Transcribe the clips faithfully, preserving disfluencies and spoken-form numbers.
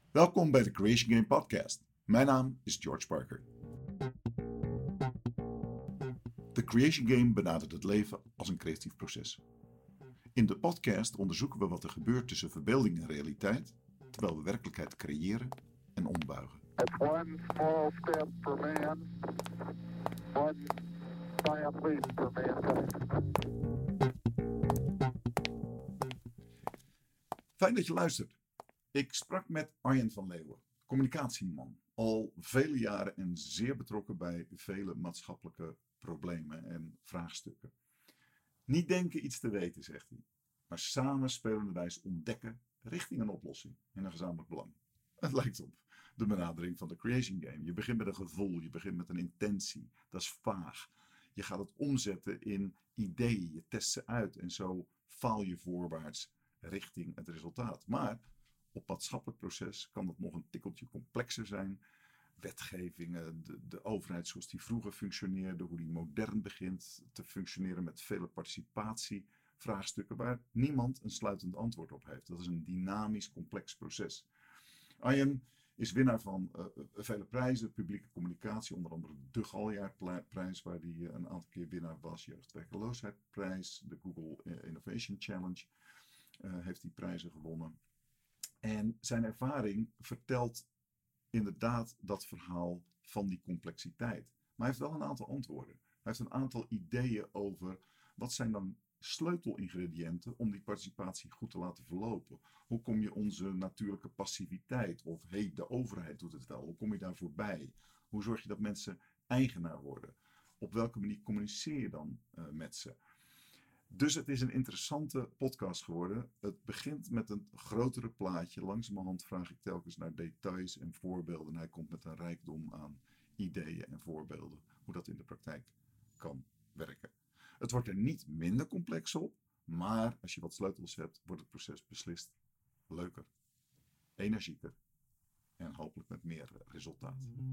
Welkom bij de Creation Game Podcast. Mijn naam is George Parker. De Creation Game benadert het leven als een creatief proces. In de podcast onderzoeken we wat er gebeurt tussen verbeelding en realiteit, terwijl we werkelijkheid creëren en ombuigen. One small step for man, one giant leap for mankind. Fijn dat je luistert. Ik sprak met Arjen van Leeuwen, communicatieman, al vele jaren en zeer betrokken bij vele maatschappelijke problemen en vraagstukken. Niet denken iets te weten, zegt hij, maar samen spelenderwijs ontdekken richting een oplossing en een gezamenlijk belang. Het lijkt op de benadering van de Creation Game. Je begint met een gevoel, je begint met een intentie, dat is vaag. Je gaat het omzetten in ideeën, je test ze uit en zo faal je voorwaarts richting het resultaat. Maar op maatschappelijk proces kan dat nog een tikkeltje complexer zijn. Wetgevingen, de, de overheid zoals die vroeger functioneerde, hoe die modern begint te functioneren met vele participatievraagstukken waar niemand een sluitend antwoord op heeft. Dat is een dynamisch, complex proces. Arjen is winnaar van uh, vele prijzen, publieke communicatie, onder andere de Galjaardprijs, waar hij uh, een aantal keer winnaar was, Jeugdwerkeloosheidprijs, de Google Innovation Challenge, uh, heeft hij prijzen gewonnen. En zijn ervaring vertelt inderdaad dat verhaal van die complexiteit. Maar hij heeft wel een aantal antwoorden. Hij heeft een aantal ideeën over wat zijn dan sleutelingrediënten om die participatie goed te laten verlopen. Hoe kom je onze natuurlijke passiviteit of hey, de overheid doet het wel, hoe kom je daar voorbij? Hoe zorg je dat mensen eigenaar worden? Op welke manier communiceer je dan uh, met ze? Dus het is een interessante podcast geworden. Het begint met een grotere plaatje. Langzamerhand vraag ik telkens naar details en voorbeelden. En hij komt met een rijkdom aan ideeën en voorbeelden. Hoe dat in de praktijk kan werken. Het wordt er niet minder complex op. Maar als je wat sleutels hebt, wordt het proces beslist leuker, energieker en hopelijk met meer resultaat.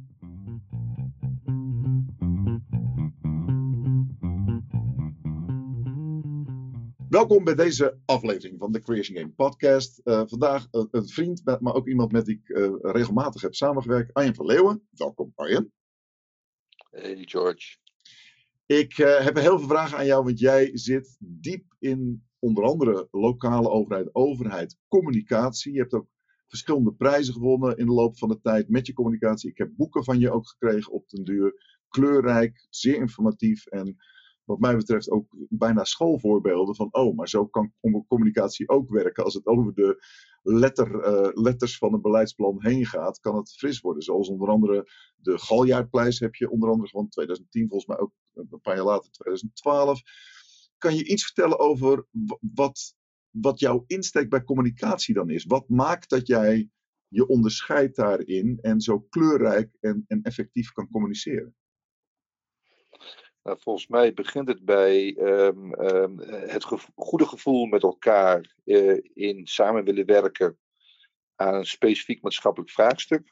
Welkom bij deze aflevering van de Creation Game Podcast. Uh, vandaag uh, een vriend, maar ook iemand met wie ik uh, regelmatig heb samengewerkt, Arjen van Leeuwen. Welkom Arjen. Hey George. Ik uh, heb heel veel vragen aan jou, want jij zit diep in onder andere lokale overheid, overheid, communicatie. Je hebt ook verschillende prijzen gewonnen in de loop van de tijd met je communicatie. Ik heb boeken van je ook gekregen op den duur. Kleurrijk, zeer informatief en wat mij betreft ook bijna schoolvoorbeelden van oh, maar zo kan communicatie ook werken. Als het over de letter, uh, letters van een beleidsplan heen gaat, kan het fris worden. Zoals onder andere de Galjaardprijs heb je onder andere gewoon twintig tien, volgens mij ook een paar jaar later twintig twaalf. Kan je iets vertellen over wat, wat jouw insteek bij communicatie dan is? Wat maakt dat jij je onderscheidt daarin en zo kleurrijk en, en effectief kan communiceren? Nou, volgens mij begint het bij um, um, het gevo- goede gevoel met elkaar uh, in samen willen werken aan een specifiek maatschappelijk vraagstuk.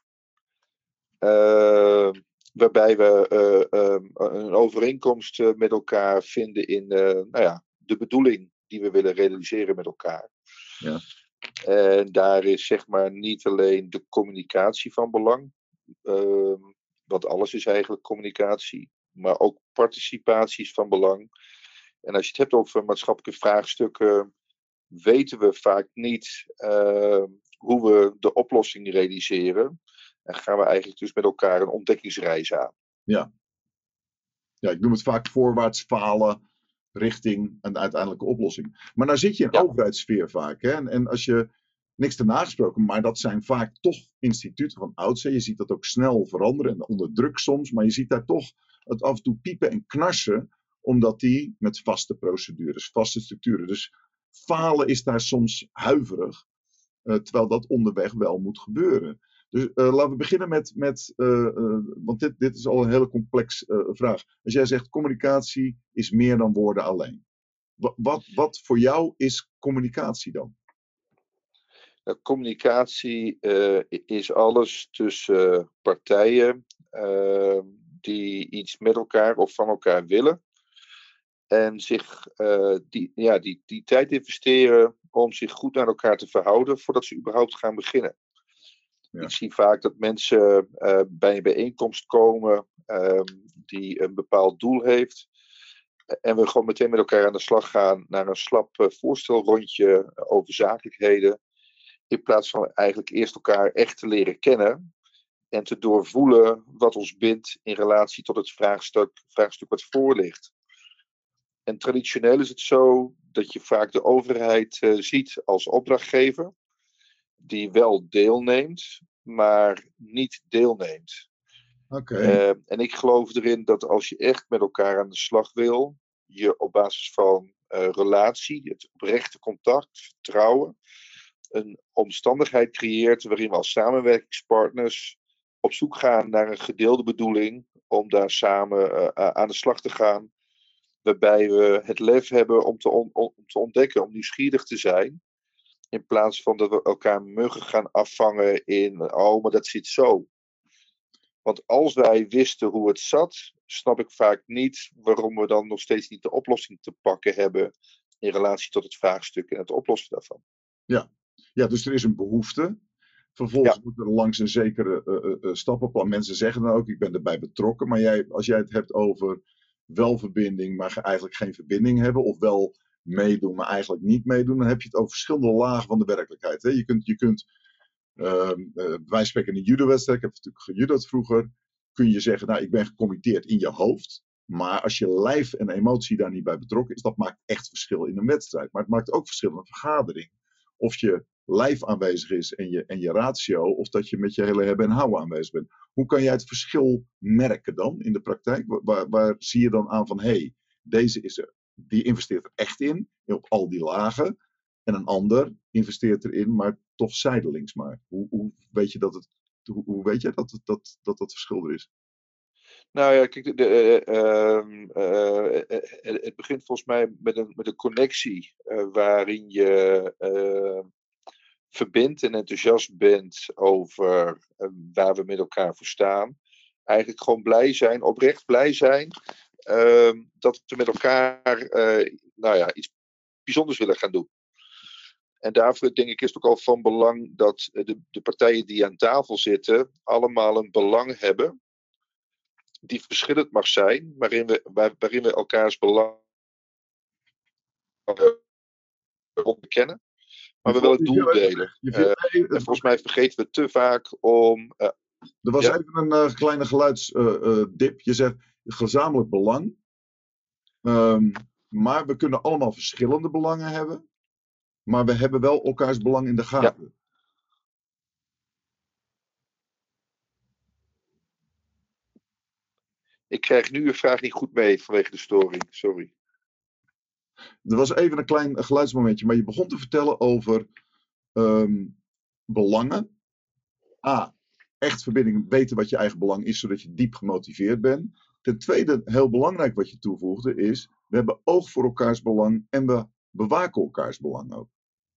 Uh, waarbij we uh, um, een overeenkomst uh, met elkaar vinden in uh, nou ja, de bedoeling die we willen realiseren met elkaar. Ja. En daar is zeg maar niet alleen de communicatie van belang, uh, want alles is eigenlijk communicatie. Maar ook participatie is van belang. En als je het hebt over maatschappelijke vraagstukken, weten we vaak niet uh, hoe we de oplossing realiseren. En gaan we eigenlijk dus met elkaar een ontdekkingsreis aan. Ja. Ja, ik noem het vaak voorwaarts falen richting een uiteindelijke oplossing. Maar nou zit je in Ja. overheidssfeer vaak. Hè? En, en als je niks te nagesproken, maar dat zijn vaak toch instituten van ouds. Hè? Je ziet dat ook snel veranderen en onder druk soms. Maar je ziet daar toch het af en toe piepen en knarsen. Omdat die met vaste procedures, vaste structuren. Dus falen is daar soms huiverig. Uh, terwijl dat onderweg wel moet gebeuren. Dus uh, laten we beginnen met, met uh, uh, want dit, dit is al een hele complex uh, vraag. Als jij zegt communicatie is meer dan woorden alleen. Wat, wat, wat voor jou is communicatie dan? Nou, communicatie uh, is alles tussen uh, partijen uh, die iets met elkaar of van elkaar willen. En zich uh, die, ja, die, die tijd investeren om zich goed naar elkaar te verhouden voordat ze überhaupt gaan beginnen. Ja. Ik zie vaak dat mensen uh, bij een bijeenkomst komen uh, die een bepaald doel heeft. En we gewoon meteen met elkaar aan de slag gaan naar een slap uh, voorstelrondje over zakelijkheden. In plaats van eigenlijk eerst elkaar echt te leren kennen. En te doorvoelen wat ons bindt in relatie tot het vraagstuk, vraagstuk wat voor ligt. En traditioneel is het zo dat je vaak de overheid uh, ziet als opdrachtgever. Die wel deelneemt, maar niet deelneemt. Oké. Uh, en ik geloof erin dat als je echt met elkaar aan de slag wil, je op basis van uh, relatie, het oprechte contact, vertrouwen, een omstandigheid creëert waarin we als samenwerkingspartners op zoek gaan naar een gedeelde bedoeling om daar samen uh, aan de slag te gaan. Waarbij we het lef hebben om te, on- om te ontdekken, om nieuwsgierig te zijn. In plaats van dat we elkaar muggen gaan afvangen in, oh, maar dat zit zo. Want als wij wisten hoe het zat, snap ik vaak niet waarom we dan nog steeds niet de oplossing te pakken hebben in relatie tot het vraagstuk en het oplossen daarvan. Ja, ja, dus er is een behoefte. Vervolgens Ja. moet er langs een zekere uh, uh, stappenplan. Mensen zeggen dan ook, ik ben erbij betrokken. Maar jij, als jij het hebt over wel verbinding, maar eigenlijk geen verbinding hebben. Of wel meedoen, maar eigenlijk niet meedoen. Dan heb je het over verschillende lagen van de werkelijkheid. Hè? Je kunt, je kunt uh, uh, wij spreken in een judo-wedstrijd. Ik heb natuurlijk gejudo'd vroeger. Kun je zeggen, nou ik ben gecommitteerd in je hoofd. Maar als je lijf en emotie daar niet bij betrokken is, dat maakt echt verschil in een wedstrijd. Maar het maakt ook verschil in een vergadering. Of je lijf aanwezig is en je, en je ratio, of dat je met je hele hebben en houden aanwezig bent. Hoe kan jij het verschil merken dan in de praktijk? Waar, waar, waar zie je dan aan van, hé, hey, deze is er, die investeert er echt in, op al die lagen. En een ander investeert erin, maar toch zijdelings maar. Hoe, hoe weet je dat het, hoe, hoe weet jij dat, het, dat, dat dat verschil er is? Nou ja, kijk, de, de, uh, uh, uh, het begint volgens mij met een, met een connectie uh, waarin je uh, verbindt en enthousiast bent over uh, waar we met elkaar voor staan. Eigenlijk gewoon blij zijn, oprecht blij zijn, uh, dat we met elkaar uh, nou ja, iets bijzonders willen gaan doen. En daarvoor denk ik is het ook al van belang dat de, de partijen die aan tafel zitten allemaal een belang hebben. Die verschillend mag zijn, waarin we, waar, waarin we elkaars belang onderkennen. Maar we willen het doel delen. Uh, en volgens mij vergeten we te vaak om... Uh, er was ja? even een uh, kleine geluidsdip. Uh, uh, je zegt gezamenlijk belang. Um, maar we kunnen allemaal verschillende belangen hebben. Maar we hebben wel elkaars belang in de gaten. Ja. Ik krijg nu je vraag niet goed mee vanwege de storing. Sorry. Er was even een klein geluidsmomentje. Maar je begon te vertellen over um, belangen. A. Echt verbinding. Weten wat je eigen belang is. Zodat je diep gemotiveerd bent. Ten tweede, heel belangrijk wat je toevoegde is. We hebben oog voor elkaars belang. En we bewaken elkaars belang ook.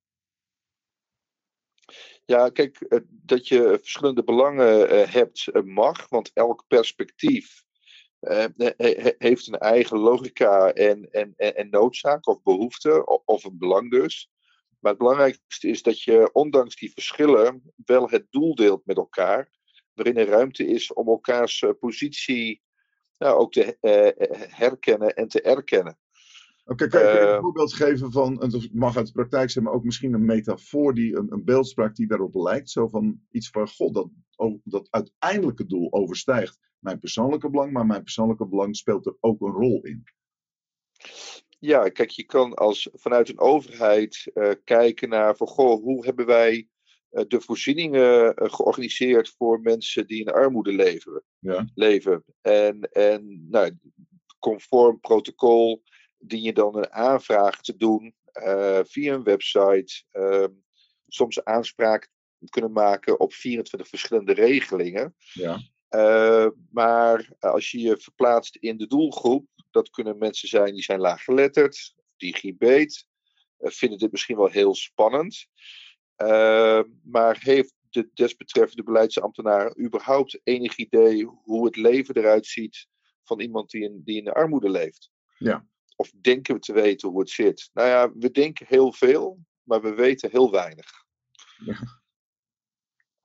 Ja, kijk, dat je verschillende belangen hebt mag. Want elk perspectief Uh, he, heeft een eigen logica en, en, en, en noodzaak of behoefte, of, of een belang dus. Maar het belangrijkste is dat je ondanks die verschillen wel het doel deelt met elkaar, waarin er ruimte is om elkaars uh, positie nou, ook te uh, herkennen en te erkennen. Oké, okay, kan, kan je een uh, voorbeeld geven van, het mag uit de praktijk zijn, maar ook misschien een metafoor, die, een, een beeldspraak die daarop lijkt, zo van iets van, god, dat, oh, dat uiteindelijke doel overstijgt mijn persoonlijke belang, maar mijn persoonlijke belang speelt er ook een rol in. Ja, kijk, je kan als vanuit een overheid uh, kijken naar van, goh, hoe hebben wij uh, de voorzieningen uh, georganiseerd voor mensen die in armoede leven. Ja. leven. En, en nou, conform protocol dien je dan een aanvraag te doen uh, via een website. Uh, soms aanspraak kunnen maken op vierentwintig verschillende regelingen. Ja. Uh, maar als je je verplaatst in de doelgroep, dat kunnen mensen zijn die zijn laaggeletterd, digibeet, uh, vinden dit misschien wel heel spannend. Uh, maar heeft de desbetreffende beleidsambtenaar überhaupt enig idee hoe het leven eruit ziet van iemand die in, die in de armoede leeft? Ja. Of denken we te weten hoe het zit? Nou ja, we denken heel veel, maar we weten heel weinig. Ja.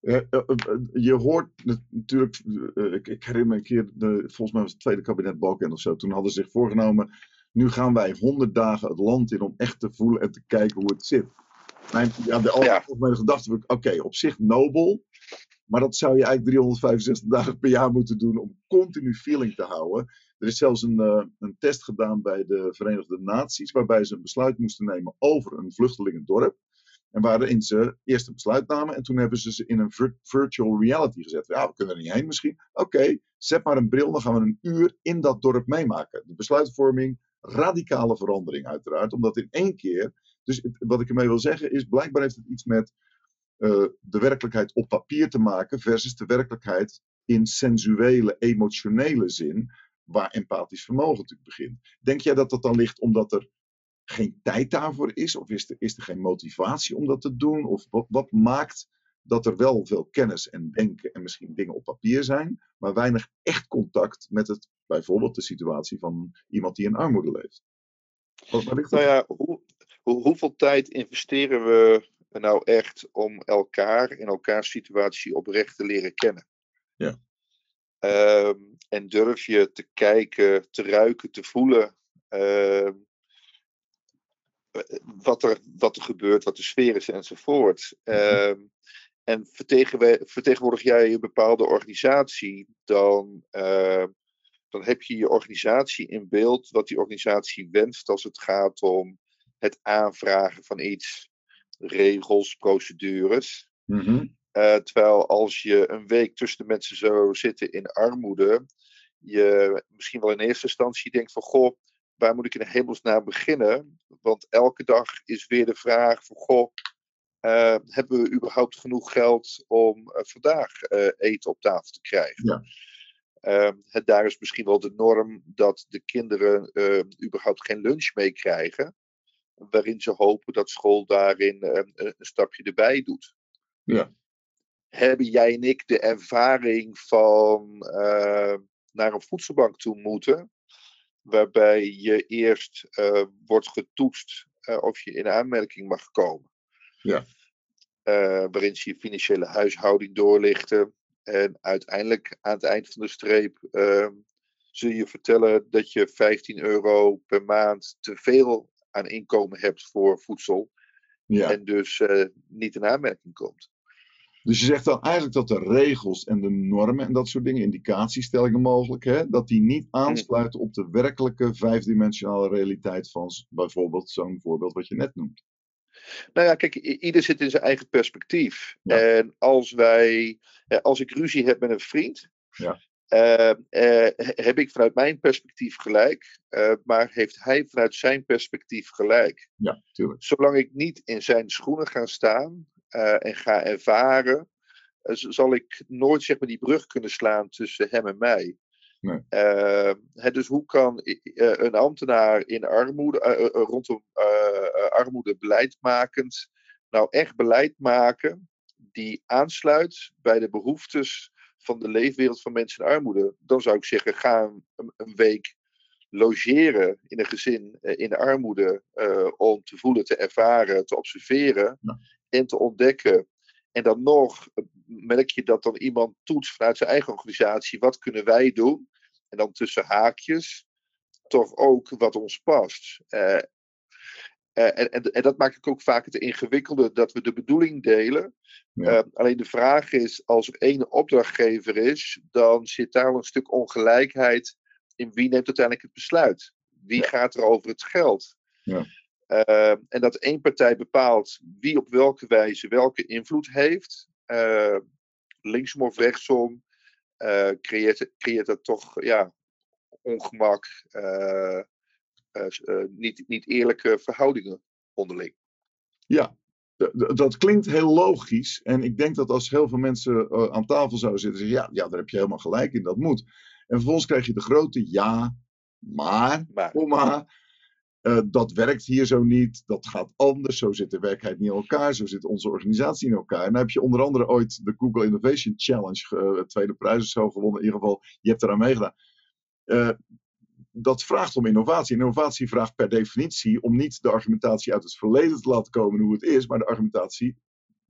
Uh, uh, uh, je hoort natuurlijk, uh, ik, ik herinner me een keer, de, volgens mij was het tweede kabinet Balkenende of zo, toen hadden ze zich voorgenomen, nu gaan wij honderd dagen het land in om echt te voelen en te kijken hoe het zit. Mijn, ja, de algemene gedachte, oké, okay, op zich nobel, maar dat zou je eigenlijk driehonderdvijfenzestig dagen per jaar moeten doen om continu feeling te houden. Er is zelfs een, uh, een test gedaan bij de Verenigde Naties, waarbij ze een besluit moesten nemen over een vluchtelingendorp. En waarin ze eerst een besluit namen en toen hebben ze ze in een vir- virtual reality gezet. Ja, we kunnen er niet heen misschien. Oké, okay, zet maar een bril, dan gaan we een uur in dat dorp meemaken. De besluitvorming, radicale verandering uiteraard, omdat in één keer... Dus het, wat ik ermee wil zeggen is, blijkbaar heeft het iets met uh, de werkelijkheid op papier te maken versus de werkelijkheid in sensuele, emotionele zin, waar empathisch vermogen natuurlijk begint. Denk jij dat dat dan ligt omdat er geen tijd daarvoor is? Of is er, is er geen motivatie om dat te doen? Of wat, wat maakt dat er wel veel kennis en denken en misschien dingen op papier zijn, maar weinig echt contact met het, bijvoorbeeld de situatie van iemand die in armoede leeft? Wat, wat ligt dat? Nou ja, hoe, hoe, hoeveel tijd investeren we nou echt om elkaar en elkaars situatie oprecht te leren kennen? Ja. Um, en durf je te kijken, te ruiken, te voelen uh, wat, er, wat er gebeurt, wat de sfeer is enzovoort. Um, en vertegen, vertegenwoordig jij een bepaalde organisatie, dan, uh, dan heb je je organisatie in beeld, wat die organisatie wenst als het gaat om het aanvragen van iets, regels, procedures. Mm-hmm. Uh, terwijl als je een week tussen de mensen zo zitten in armoede, je misschien wel in eerste instantie denkt van, goh, waar moet ik in hemelsnaam beginnen? Want elke dag is weer de vraag van, goh, uh, hebben we überhaupt genoeg geld om uh, vandaag uh, eten op tafel te krijgen? Ja. Uh, het, daar is misschien wel de norm dat de kinderen uh, überhaupt geen lunch meekrijgen, waarin ze hopen dat school daarin uh, een stapje erbij doet. Ja. Hebben jij en ik de ervaring van uh, naar een voedselbank toe moeten, waarbij je eerst uh, wordt getoetst uh, of je in aanmerking mag komen. Ja. Uh, waarin ze je financiële huishouding doorlichten. En uiteindelijk aan het eind van de streep uh, zul je vertellen dat je vijftien euro per maand te veel aan inkomen hebt voor voedsel. Ja. En dus uh, niet in aanmerking komt. Dus je zegt dan eigenlijk dat de regels en de normen en dat soort dingen, indicatiestellingen mogelijk, hè, dat die niet aansluiten op de werkelijke vijfdimensionale realiteit van bijvoorbeeld zo'n voorbeeld wat je net noemt. Nou ja, kijk, ieder zit in zijn eigen perspectief. Ja. En als wij, als ik ruzie heb met een vriend, ja. uh, uh, heb ik vanuit mijn perspectief gelijk, uh, maar heeft hij vanuit zijn perspectief gelijk. Ja, tuurlijk. Zolang ik niet in zijn schoenen ga staan uh, en ga ervaren, uh, zal ik nooit zeg maar die brug kunnen slaan tussen hem en mij. Nee. Uh, he, dus hoe kan uh, een ambtenaar in armoede, uh, uh, rondom uh, uh, armoede beleidmakend nou echt beleid maken die aansluit bij de behoeftes van de leefwereld van mensen in armoede? Dan zou ik zeggen, ga een, een week logeren in een gezin uh, in armoede uh, om te voelen, te ervaren, te observeren ja. en te ontdekken. En dan nog merk je dat dan iemand toetst vanuit zijn eigen organisatie. Wat kunnen wij doen? En dan tussen haakjes toch ook wat ons past. Uh, uh, en, en, en dat maakt het ook vaak het ingewikkelde dat we de bedoeling delen. Ja. Uh, alleen de vraag is, als er één opdrachtgever is, dan zit daar een stuk ongelijkheid in wie neemt uiteindelijk het besluit. Wie ja. gaat er over het geld? Ja. Uh, en dat één partij bepaalt wie op welke wijze welke invloed heeft. Uh, linksom of rechtsom uh, creëert, creëert dat toch ja, ongemak. Uh, uh, uh, niet, niet eerlijke verhoudingen onderling. Ja, d- dat klinkt heel logisch. En ik denk dat als heel veel mensen uh, aan tafel zouden zitten, zeggen ja, ja, daar heb je helemaal gelijk in, dat moet. En vervolgens krijg je de grote ja, maar, maar. komma. Uh, dat werkt hier zo niet, dat gaat anders, zo zit de werkelijkheid niet in elkaar, zo zit onze organisatie in elkaar. En dan heb je onder andere ooit de Google Innovation Challenge, uh, tweede prijs of zo gewonnen, in ieder geval, je hebt eraan meegedaan. Uh, dat vraagt om innovatie. Innovatie vraagt per definitie om niet de argumentatie uit het verleden te laten komen hoe het is, maar de argumentatie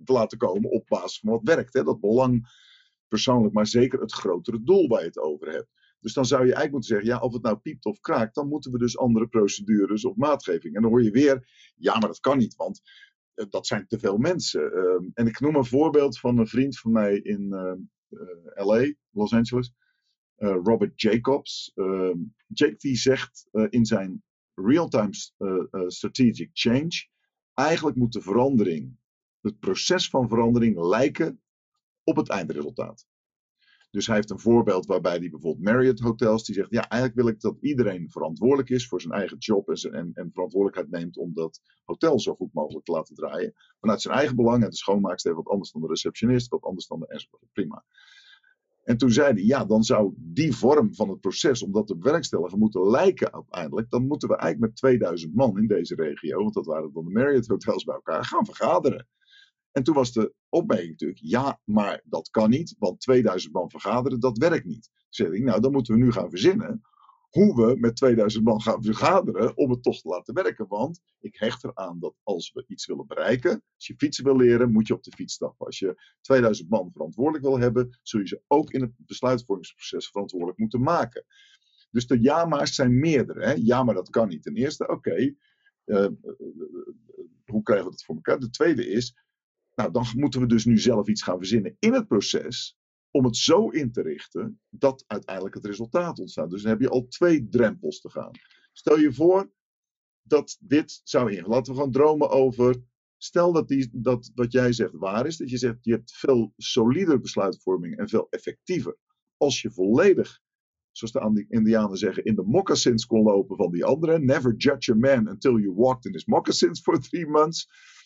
te laten komen op basis van wat werkt. Hè? Dat belang persoonlijk, maar zeker het grotere doel waar je het over hebt. Dus dan zou je eigenlijk moeten zeggen, ja, of het nou piept of kraakt, dan moeten we dus andere procedures of maatgeving. En dan hoor je weer, ja, maar dat kan niet, want uh, dat zijn te veel mensen. Uh, en ik noem een voorbeeld van een vriend van mij in uh, uh, L A, Los Angeles, uh, Robert Jacobs. Uh, Jake die zegt uh, in zijn real-time uh, uh, strategic change, eigenlijk moet de verandering, het proces van verandering lijken op het eindresultaat. Dus hij heeft een voorbeeld waarbij hij bijvoorbeeld Marriott Hotels, die zegt, ja, eigenlijk wil ik dat iedereen verantwoordelijk is voor zijn eigen job en, zijn, en, en verantwoordelijkheid neemt om dat hotel zo goed mogelijk te laten draaien. Vanuit zijn eigen belang, en de schoonmaakster wat anders dan de receptionist, wat anders dan de enzovoort. Prima. En toen zei hij, ja, dan zou die vorm van het proces, om dat te bewerkstelligen, moeten lijken uiteindelijk, dan moeten we eigenlijk met tweeduizend man in deze regio, want dat waren dan de Marriott Hotels bij elkaar, gaan vergaderen. En toen was de opmerking natuurlijk, ja, maar dat kan niet, want tweeduizend man vergaderen, dat werkt niet. Toen zei ik, nou, dan moeten we nu gaan verzinnen hoe we met tweeduizend man gaan vergaderen om het toch te laten werken. Want ik hecht eraan dat als we iets willen bereiken, als je fietsen wil leren, moet je op de fiets stappen. Als je tweeduizend man verantwoordelijk wil hebben, zul je ze ook in het besluitvormingsproces verantwoordelijk moeten maken. Dus de ja-maars zijn meerdere. Hè? Ja, maar dat kan niet. Ten eerste, oké, okay, uh, uh, uh, hoe krijgen we dat voor elkaar? De tweede is, nou, dan moeten we dus nu zelf iets gaan verzinnen in het proces om het zo in te richten dat uiteindelijk het resultaat ontstaat. Dus dan heb je al twee drempels te gaan. Stel je voor dat dit zou ingaan. Laten we gewoon dromen over, stel dat, die, dat wat jij zegt waar is, dat je zegt je hebt veel solider besluitvorming en veel effectiever als je volledig, zoals de Indianen zeggen, in de moccasins kon lopen van die anderen. Never judge a man until you walked in his moccasins for three months.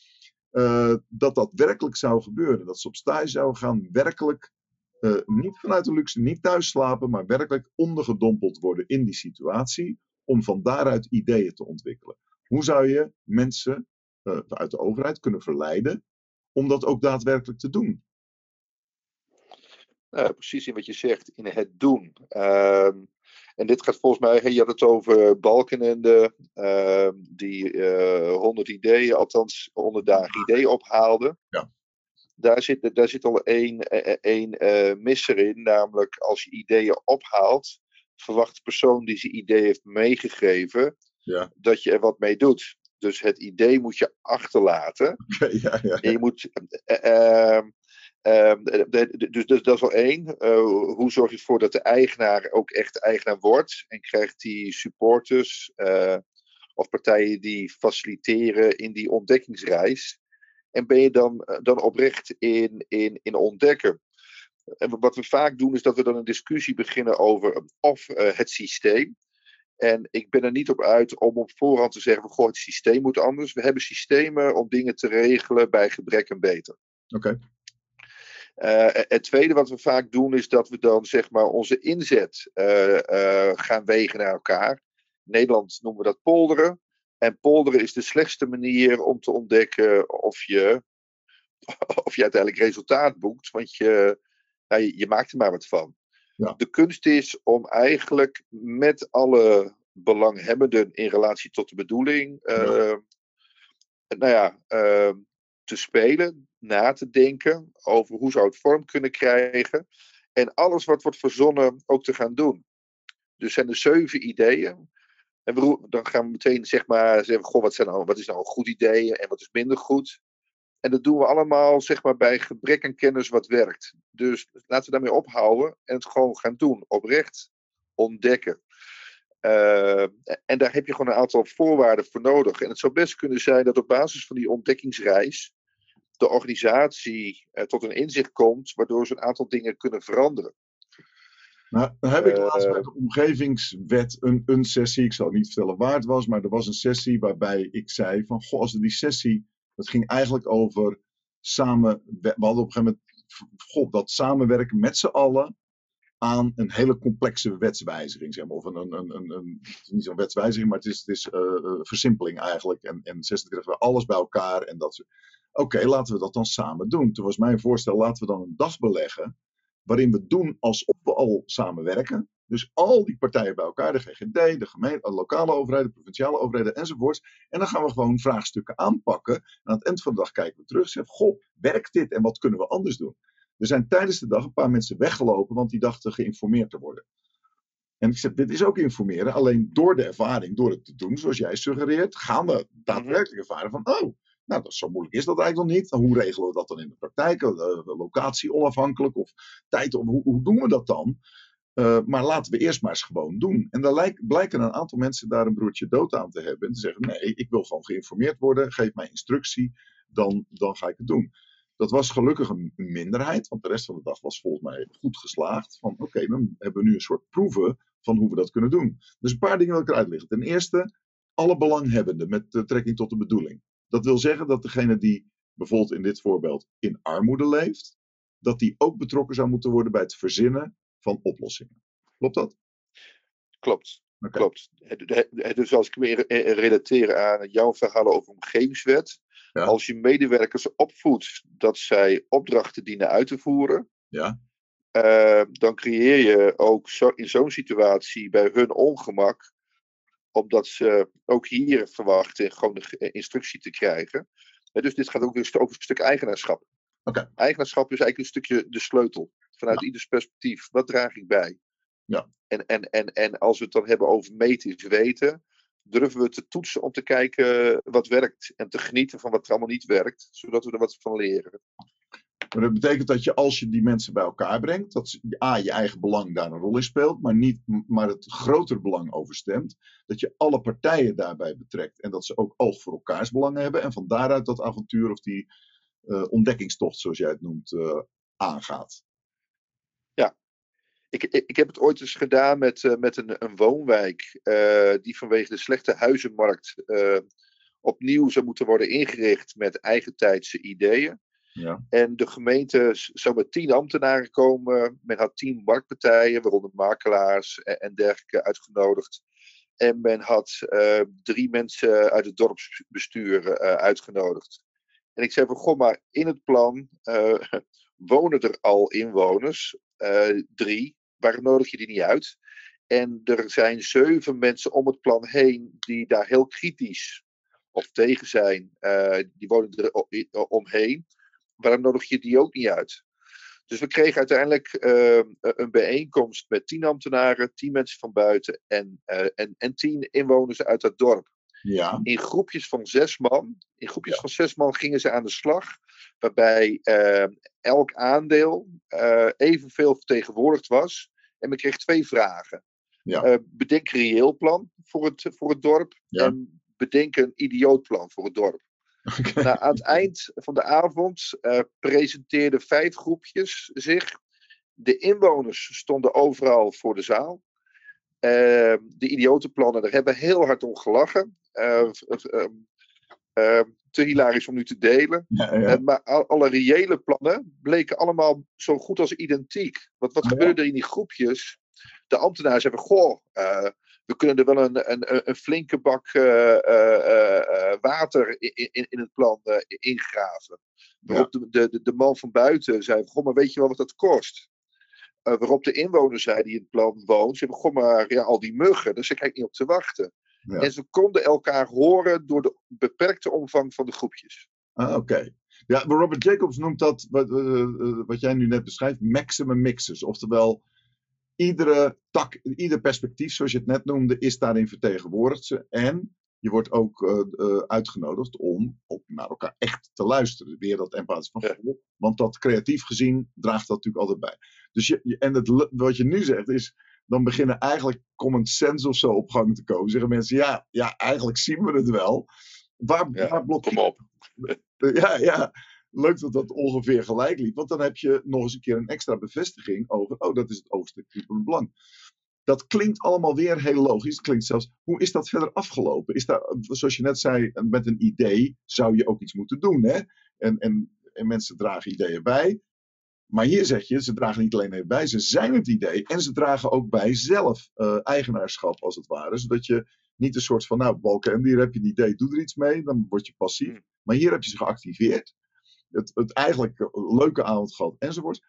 Uh, dat dat werkelijk zou gebeuren. Dat ze op stage zouden gaan werkelijk, uh, niet vanuit de luxe, niet thuis slapen, maar werkelijk ondergedompeld worden in die situatie, om van daaruit ideeën te ontwikkelen. Hoe zou je mensen uh, uit de overheid kunnen verleiden om dat ook daadwerkelijk te doen? Uh, precies in wat je zegt, in het doen. Uh, en dit gaat volgens mij, je had het over Balkenende, uh, die uh, honderd ideeën, althans honderd dagen ideeën ophaalde. Ja. Daar zit, daar zit al één, één uh, misser in, namelijk als je ideeën ophaalt, verwacht de persoon die zijn idee heeft meegegeven, ja, dat je er wat mee doet. Dus het idee moet je achterlaten. Okay, ja, ja, ja. En je moet... Uh, uh, Uh, dus, dus dat is wel één. Uh, hoe zorg je ervoor dat de eigenaar ook echt eigenaar wordt? En krijgt die supporters uh, of partijen die faciliteren in die ontdekkingsreis? En ben je dan, uh, dan oprecht in, in, in ontdekken? En wat we vaak doen is dat we dan een discussie beginnen over of uh, het systeem. En ik ben er niet op uit om op voorhand te zeggen, goh, het systeem moet anders. We hebben systemen om dingen te regelen bij gebrek en beter. Oké. Okay. Uh, het tweede wat we vaak doen is dat we dan zeg maar onze inzet uh, uh, gaan wegen naar elkaar. In Nederland noemen we dat polderen. En polderen is de slechtste manier om te ontdekken of je, of je uiteindelijk resultaat boekt. Want je, nou, je, je maakt er maar wat van. Ja. De kunst is om eigenlijk met alle belanghebbenden in relatie tot de bedoeling uh, ja. nou ja, uh, te spelen, na te denken over hoe zou het vorm kunnen krijgen en alles wat wordt verzonnen ook te gaan doen. Dus zijn er zeven ideeën en we, dan gaan we meteen zeg maar zeggen, goh, wat, zijn nou, wat is nou een goed idee en wat is minder goed. En dat doen we allemaal zeg maar bij gebrek aan kennis wat werkt. Dus laten we daarmee ophouden en het gewoon gaan doen, oprecht ontdekken. Uh, en daar heb je gewoon een aantal voorwaarden voor nodig. En het zou best kunnen zijn dat op basis van die ontdekkingsreis de organisatie uh, tot een inzicht komt, waardoor ze een aantal dingen kunnen veranderen. Nou, dan heb ik laatst bij de omgevingswet een, een sessie, ik zal niet vertellen waar het was, maar er was een sessie waarbij ik zei van, goh, als we die sessie, dat ging eigenlijk over samen, we hadden op een gegeven moment, goh, dat samenwerken met z'n allen aan een hele complexe wetswijziging, zeg maar. Of een, een, een, een, een niet zo'n wetswijziging, maar het is, het is uh, versimpeling eigenlijk. En, en zesentwintig we alles bij elkaar en dat soort. Oké, okay, laten we dat dan samen doen. Toen was mijn voorstel, laten we dan een dag beleggen waarin we doen alsof we al samenwerken. Dus al die partijen bij elkaar, de G G D, de gemeente, de lokale overheden, de provinciale overheden enzovoorts. En dan gaan we gewoon vraagstukken aanpakken. En aan het eind van de dag kijken we terug en zeggen, goh, werkt dit en wat kunnen we anders doen? Er zijn tijdens de dag een paar mensen weggelopen, want die dachten geïnformeerd te worden. En ik zeg, dit is ook informeren, alleen door de ervaring, door het te doen, zoals jij suggereert, gaan we daadwerkelijk ervaren van, oh, nou, dat, zo moeilijk is dat eigenlijk nog niet. Hoe regelen we dat dan in de praktijk? Uh, locatie onafhankelijk of tijd, of, hoe, hoe doen we dat dan? Uh, maar laten we eerst maar eens gewoon doen. En dan lijk, blijken een aantal mensen daar een broertje dood aan te hebben. En te zeggen, nee, ik wil gewoon geïnformeerd worden. Geef mij instructie, dan, dan ga ik het doen. Dat was gelukkig een minderheid, want de rest van de dag was volgens mij goed geslaagd. Van oké, okay, dan hebben we nu een soort proeven van hoe we dat kunnen doen. Dus een paar dingen wil ik eruit liggen. Ten eerste, alle belanghebbenden met betrekking tot de bedoeling. Dat wil zeggen dat degene die bijvoorbeeld in dit voorbeeld in armoede leeft, dat die ook betrokken zou moeten worden bij het verzinnen van oplossingen. Klopt dat? Klopt. Okay. Klopt. Dus als ik weer relateer aan jouw verhalen over omgevingswet. Ja. Als je medewerkers opvoedt dat zij opdrachten dienen uit te voeren. Ja. Uh, dan creëer je ook zo, in zo'n situatie bij hun ongemak. Omdat ze ook hier verwachten gewoon de instructie te krijgen. Uh, dus dit gaat ook weer over een stuk eigenaarschap. Okay. Eigenaarschap is eigenlijk een stukje de sleutel. Vanuit ja. ieders perspectief. Wat draag ik bij? Ja. En, en, en, en als we het dan hebben over meten is weten, durven we te toetsen om te kijken wat werkt. En te genieten van wat er allemaal niet werkt, zodat we er wat van leren. Maar dat betekent dat je als je die mensen bij elkaar brengt, dat A, je eigen belang daar een rol in speelt, maar, niet, maar het grotere belang overstemt. Dat je alle partijen daarbij betrekt en dat ze ook oog voor elkaars belangen hebben. En van daaruit dat avontuur of die uh, ontdekkingstocht, zoals jij het noemt, uh, aangaat. Ja. Ik, ik heb het ooit eens gedaan met, uh, met een, een woonwijk uh, die vanwege de slechte huizenmarkt uh, opnieuw zou moeten worden ingericht met eigentijdse ideeën. Ja. En de gemeente zou met tien ambtenaren komen. Men had tien marktpartijen, waaronder makelaars en, en dergelijke uitgenodigd. En men had uh, drie mensen uit het dorpsbestuur uh, uitgenodigd. En ik zei van, goh, maar in het plan uh, wonen er al inwoners, uh, drie. Waarom nodig je die niet uit? En er zijn zeven mensen om het plan heen die daar heel kritisch op tegen zijn. Uh, die wonen er omheen. Waarom nodig je die ook niet uit? Dus we kregen uiteindelijk uh, een bijeenkomst met tien ambtenaren, tien mensen van buiten en, uh, en, en tien inwoners uit het dorp. Ja. In groepjes van zes man. In groepjes ja. van zes man gingen ze aan de slag. Waarbij uh, elk aandeel uh, evenveel vertegenwoordigd was. En men kreeg twee vragen. Ja. Uh, bedenk een reëel plan voor het, voor het dorp. Ja. En bedenk een idioot plan voor het dorp. Okay. Nou, aan het eind van de avond uh, presenteerden vijf groepjes zich. De inwoners stonden overal voor de zaal. Uh, de idiotenplannen, daar hebben we heel hard om gelachen. Uh, uh, uh, te hilarisch om nu te delen. Ja, ja. Uh, maar al, alle reële plannen bleken allemaal zo goed als identiek. Want wat ja. gebeurde er in die groepjes? De ambtenaren zeiden, goh, uh, we kunnen er wel een, een, een flinke bak uh, uh, uh, water in, in, in het plan uh, ingraven. Waarop ja. de, de, de man van buiten zei, goh, maar weet je wel wat dat kost? Uh, waarop de inwoner zei die in het plan woont, ze hebben, goh, maar ja, al die muggen, dus ik kijk niet op te wachten. Ja. En ze konden elkaar horen door de beperkte omvang van de groepjes. Ah, oké. Okay. Ja, Robert Jacobs noemt dat, wat, uh, uh, wat jij nu net beschrijft, maximum mixes. Oftewel, iedere tak, ieder perspectief, zoals je het net noemde, is daarin vertegenwoordigd. En je wordt ook uh, uh, uitgenodigd om op naar elkaar echt te luisteren. Weer dat empathisch van ja. vol. Want dat creatief gezien draagt dat natuurlijk altijd bij. Dus je, en het, wat je nu zegt is, dan beginnen eigenlijk common sense of zo op gang te komen. Zeggen mensen, ja, ja eigenlijk zien we het wel. Waar, ja, waar blokkeert... Kom op. Ja, ja. Leuk dat dat ongeveer gelijk liep. Want dan heb je nog eens een keer een extra bevestiging over, oh, dat is het overstukje belang. Dat klinkt allemaal weer heel logisch. Het klinkt zelfs, hoe is dat verder afgelopen? Is daar, zoals je net zei, met een idee zou je ook iets moeten doen. Hè? En, en, en mensen dragen ideeën bij. Maar hier zeg je, ze dragen niet alleen bij, ze zijn het idee. En ze dragen ook bij zelf uh, eigenaarschap, als het ware. Zodat je niet een soort van, nou, balken en hier heb je een idee, doe er iets mee. Dan word je passief. Maar hier heb je ze geactiveerd. Het, het eigenlijk leuke avond gehad enzovoort.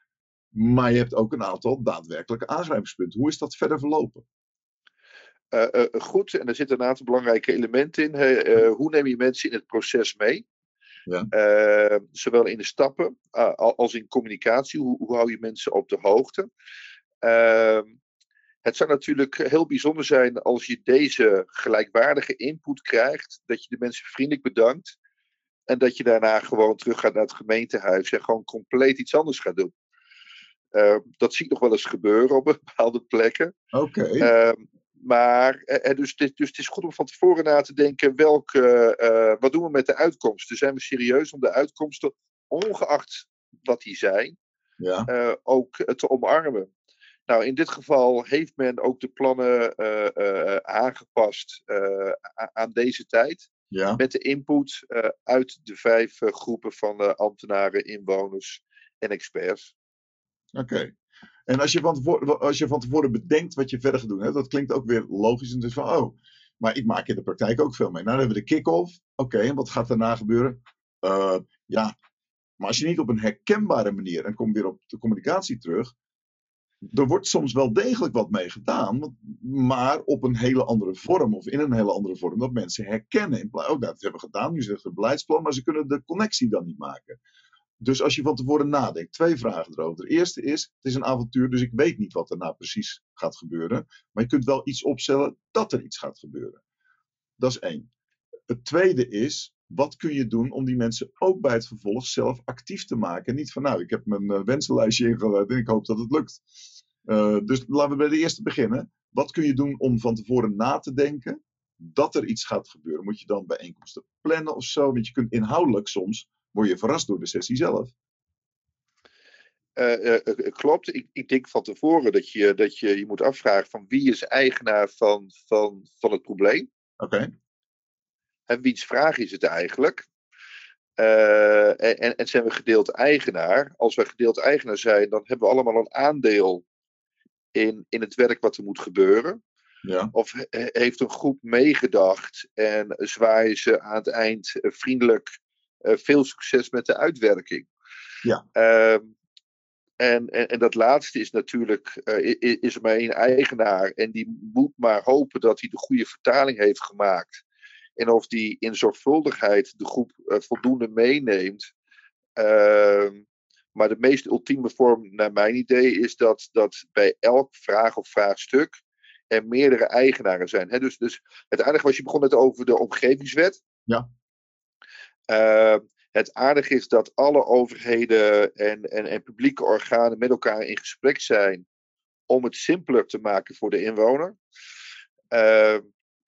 Maar je hebt ook een aantal daadwerkelijke aangrijpingspunten. Hoe is dat verder verlopen? Uh, uh, goed, en er zitten een aantal belangrijke elementen in. Hey, uh, hoe neem je mensen in het proces mee? Ja. Uh, zowel in de stappen uh, als in communicatie. Hoe, hoe hou je mensen op de hoogte? Uh, het zou natuurlijk heel bijzonder zijn als je deze gelijkwaardige input krijgt. Dat je de mensen vriendelijk bedankt. En dat je daarna gewoon terug gaat naar het gemeentehuis. En gewoon compleet iets anders gaat doen. Uh, dat zie ik nog wel eens gebeuren op bepaalde plekken. Oké. Okay. Uh, Maar eh, dus, dit, dus het is goed om van tevoren na te denken, welke, uh, wat doen we met de uitkomsten? Zijn we serieus om de uitkomsten, ongeacht wat die zijn, ja. uh, ook uh, te omarmen? Nou, in dit geval heeft men ook de plannen uh, uh, aangepast uh, aan deze tijd. Ja. Met de input uh, uit de vijf uh, groepen van uh, ambtenaren, inwoners en experts. Oké. Okay. En als je, van tevoren, als je van tevoren bedenkt wat je verder gaat doen, hè, dat klinkt ook weer logisch. En dus van, oh, maar ik maak in de praktijk ook veel mee. Nou, dan hebben we de kick-off. Oké, okay, en wat gaat daarna gebeuren? Uh, ja, maar als je niet op een herkenbare manier, en kom weer op de communicatie terug, er wordt soms wel degelijk wat mee gedaan, maar op een hele andere vorm, of in een hele andere vorm, dat mensen herkennen. In plaats, oh, dat hebben we gedaan, nu is het een beleidsplan, maar ze kunnen de connectie dan niet maken. Dus als je van tevoren nadenkt, twee vragen erover. De eerste is, het is een avontuur, dus ik weet niet wat er nou precies gaat gebeuren. Maar je kunt wel iets opstellen dat er iets gaat gebeuren. Dat is één. Het tweede is, wat kun je doen om die mensen ook bij het vervolg zelf actief te maken? Niet van, nou, ik heb mijn uh, wensenlijstje ingeleid en ik hoop dat het lukt. Uh, dus laten we bij de eerste beginnen. Wat kun je doen om van tevoren na te denken dat er iets gaat gebeuren? Moet je dan bijeenkomsten plannen of zo? Want je kunt inhoudelijk soms, word je verrast door de sessie zelf. Uh, uh, uh, klopt. Ik, ik denk van tevoren dat je, dat je je moet afvragen van wie is eigenaar van, van, van het probleem. Oké. Okay. En wiens vraag is het eigenlijk? Uh, en, en zijn we gedeeld eigenaar? Als we gedeeld eigenaar zijn, dan hebben we allemaal een aandeel in, in het werk wat er moet gebeuren. Ja. Of he, heeft een groep meegedacht en zwaaien ze aan het eind uh, vriendelijk uh, veel succes met de uitwerking. Ja. Uh, En, en, en dat laatste is natuurlijk, uh, is er maar één eigenaar en die moet maar hopen dat hij de goede vertaling heeft gemaakt. En of die in zorgvuldigheid de groep uh, voldoende meeneemt. Uh, maar de meest ultieme vorm, naar mijn idee, is dat, dat bij elk vraag of vraagstuk er meerdere eigenaren zijn. Hè? Dus, dus uiteindelijk was je begon net over de omgevingswet. Ja. Uh, Het aardige is dat alle overheden en, en, en publieke organen met elkaar in gesprek zijn om het simpeler te maken voor de inwoner. Uh,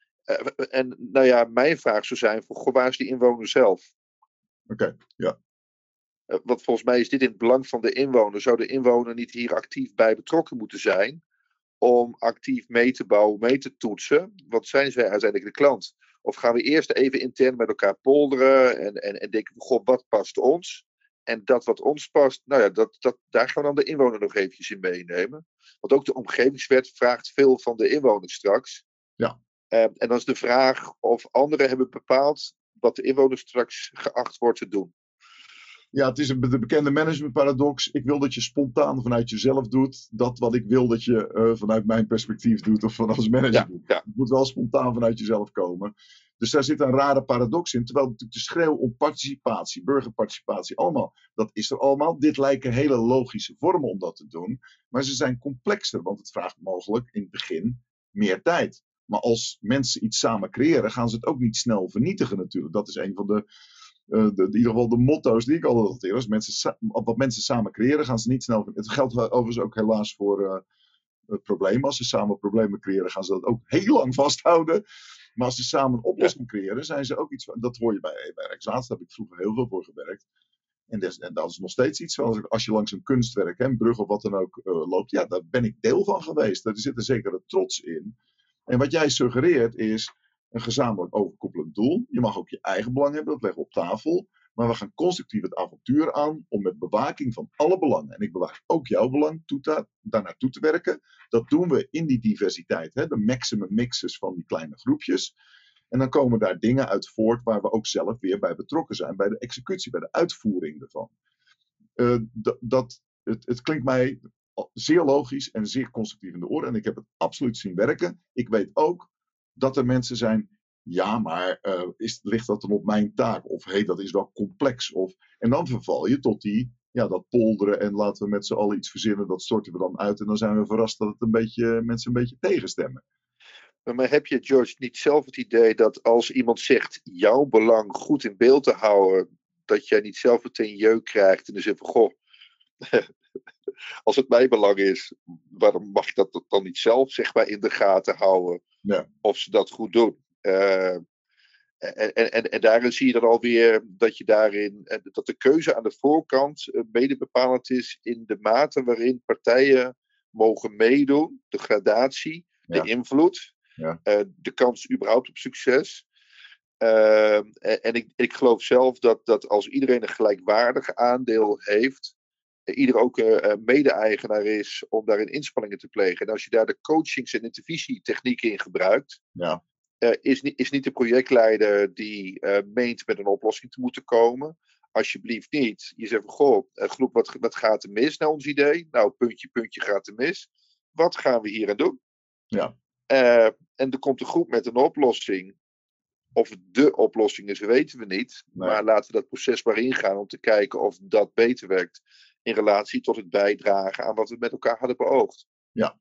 en nou ja, mijn vraag zou zijn, voor, goh, waar is die inwoner zelf? Oké, okay, ja. Uh, want volgens mij is dit in het belang van de inwoner. Zou de inwoner niet hier actief bij betrokken moeten zijn om actief mee te bouwen, mee te toetsen? Want zijn zij uiteindelijk de klant? Of gaan we eerst even intern met elkaar polderen en, en, en denken van, goh, wat past ons? En dat wat ons past, nou ja, dat, dat, daar gaan we dan de inwoner nog eventjes in meenemen. Want ook de omgevingswet vraagt veel van de inwoners straks. Ja. Uh, en dan is de vraag of anderen hebben bepaald wat de inwoners straks geacht wordt te doen. Ja, het is een, de bekende managementparadox. Ik wil dat je spontaan vanuit jezelf doet. Dat wat ik wil dat je uh, vanuit mijn perspectief doet of van als manager ja, doet. Ja. Het moet wel spontaan vanuit jezelf komen. Dus daar zit een rare paradox in. Terwijl natuurlijk de schreeuw om participatie, burgerparticipatie, allemaal, dat is er allemaal. Dit lijken hele logische vormen om dat te doen. Maar ze zijn complexer, want het vraagt mogelijk in het begin meer tijd. Maar als mensen iets samen creëren, gaan ze het ook niet snel vernietigen natuurlijk. Dat is een van de... Uh, de, in ieder geval de motto's die ik altijd hanteer. Als mensen sa- wat mensen samen creëren, gaan ze niet snel. Het geldt overigens ook helaas voor uh, uh, problemen. Als ze samen problemen creëren, gaan ze dat ook heel lang vasthouden. Maar als ze samen een oplossing ja. creëren, zijn ze ook iets van. Dat hoor je bij, bij Rijkswaterstaat, daar heb ik vroeger heel veel voor gewerkt. En, des, en dat is nog steeds iets van. Als je langs een kunstwerk, hè, een brug of wat dan ook uh, loopt, ja, daar ben ik deel van geweest. Er zit een zekere trots in. En wat jij suggereert is een gezamenlijk overkoepelend doel. Je mag ook je eigen belang hebben, dat leggen we op tafel. Maar we gaan constructief het avontuur aan om met bewaking van alle belangen, en ik bewaak ook jouw belang, toe ta- daar naartoe te werken. Dat doen we in die diversiteit, hè, de maximum mixes van die kleine groepjes. En dan komen daar dingen uit voort waar we ook zelf weer bij betrokken zijn, bij de executie, bij de uitvoering ervan. Uh, d- dat het, het klinkt mij zeer logisch en zeer constructief in de oren. En ik heb het absoluut zien werken. Ik weet ook dat er mensen zijn. Ja, maar uh, is, ligt dat dan op mijn taak? Of hé, hey, dat is wel complex. Of, en dan verval je tot die, ja, dat polderen en laten we met z'n allen iets verzinnen. Dat storten we dan uit en dan zijn we verrast dat het een beetje, mensen een beetje tegenstemmen. Maar heb je, George, niet zelf het idee dat als iemand zegt jouw belang goed in beeld te houden, dat jij niet zelf meteen jeuk krijgt en dan zegt van, goh, als het mijn belang is, waarom mag ik dat dan niet zelf, zeg maar, in de gaten houden? Ja. Of ze dat goed doen? Uh, en, en, en daarin zie je dan alweer dat je daarin, dat de keuze aan de voorkant mede bepalend is in de mate waarin partijen mogen meedoen, de gradatie, Ja. de invloed. Ja. Uh, de kans überhaupt op succes. Uh, en en ik, ik geloof zelf dat, dat als iedereen een gelijkwaardig aandeel heeft, uh, ieder ook uh, mede-eigenaar is om daarin inspanningen te plegen. En als je daar de coachings- en intervisietechnieken in gebruikt, ja. uh, is, niet, is niet de projectleider die uh, meent met een oplossing te moeten komen. Alsjeblieft niet. Je zegt van, goh, uh, groep, wat, wat gaat er mis naar ons idee? Nou, puntje, puntje gaat er mis. Wat gaan we hier aan doen? Ja. Uh, en er komt een groep met een oplossing. Of het de oplossing is, weten we niet. Nee. Maar laten we dat proces maar ingaan om te kijken of dat beter werkt. In relatie tot het bijdragen aan wat we met elkaar hadden beoogd. Ja.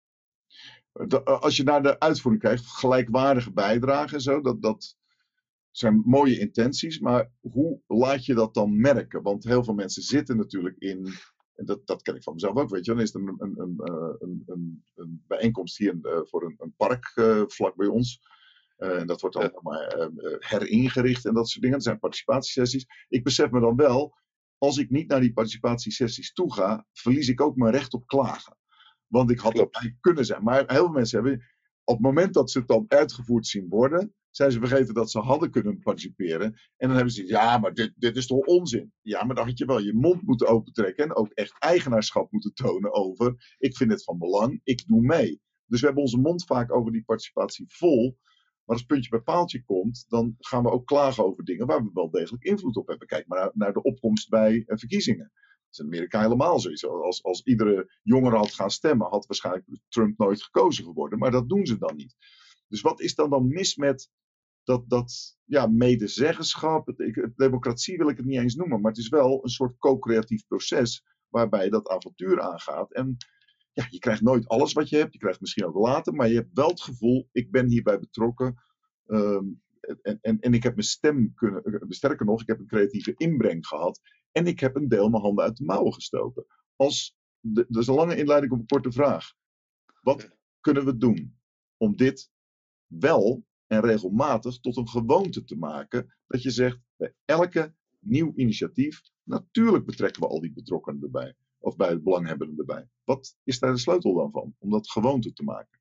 Als je naar de uitvoering kijkt, gelijkwaardige bijdrage en zo, dat, dat zijn mooie intenties. Maar hoe laat je dat dan merken? Want heel veel mensen zitten natuurlijk in. En dat, dat ken ik van mezelf ook, weet je. Dan is er een, een, een, een, een, een bijeenkomst hier uh, voor een, een park uh, vlak bij ons. Uh, en dat wordt dan ja. maar uh, heringericht en dat soort dingen. Dat zijn participatiesessies. Ik besef me dan wel, als ik niet naar die participatiesessies toe ga, verlies ik ook mijn recht op klagen. Want ik had Klopt. erbij kunnen zijn. Maar heel veel mensen hebben, op het moment dat ze het dan uitgevoerd zien worden, zijn ze vergeten dat ze hadden kunnen participeren. En dan hebben ze ja, maar dit, dit is toch onzin? Ja, maar dan had je wel je mond moeten opentrekken en ook echt eigenaarschap moeten tonen over, ik vind het van belang, ik doe mee. Dus we hebben onze mond vaak over die participatie vol. Maar als puntje bij paaltje komt, dan gaan we ook klagen over dingen waar we wel degelijk invloed op hebben. Kijk maar naar, naar de opkomst bij uh, verkiezingen. Dat is in Amerika helemaal zoiets. Als, als iedere jongere had gaan stemmen, had waarschijnlijk Trump nooit gekozen geworden. Maar dat doen ze dan niet. Dus wat is dan dan mis met dat, dat ja, medezeggenschap? Ik, democratie wil ik het niet eens noemen, maar het is wel een soort co-creatief proces waarbij je dat avontuur aangaat. En ja, je krijgt nooit alles wat je hebt. Je krijgt misschien ook later, maar je hebt wel het gevoel, ik ben hierbij betrokken. Um, en, en, en ik heb mijn stem kunnen, sterker nog, ik heb een creatieve inbreng gehad. En ik heb een deel mijn handen uit de mouwen gestoken. Als de, dat is een lange inleiding op een korte vraag. Wat kunnen we doen om dit wel en regelmatig tot een gewoonte te maken? Dat je zegt, bij elke nieuw initiatief, natuurlijk betrekken we al die betrokkenen erbij. Of bij het belanghebbenden erbij. Wat is daar de sleutel dan van? Om dat gewoonte te maken.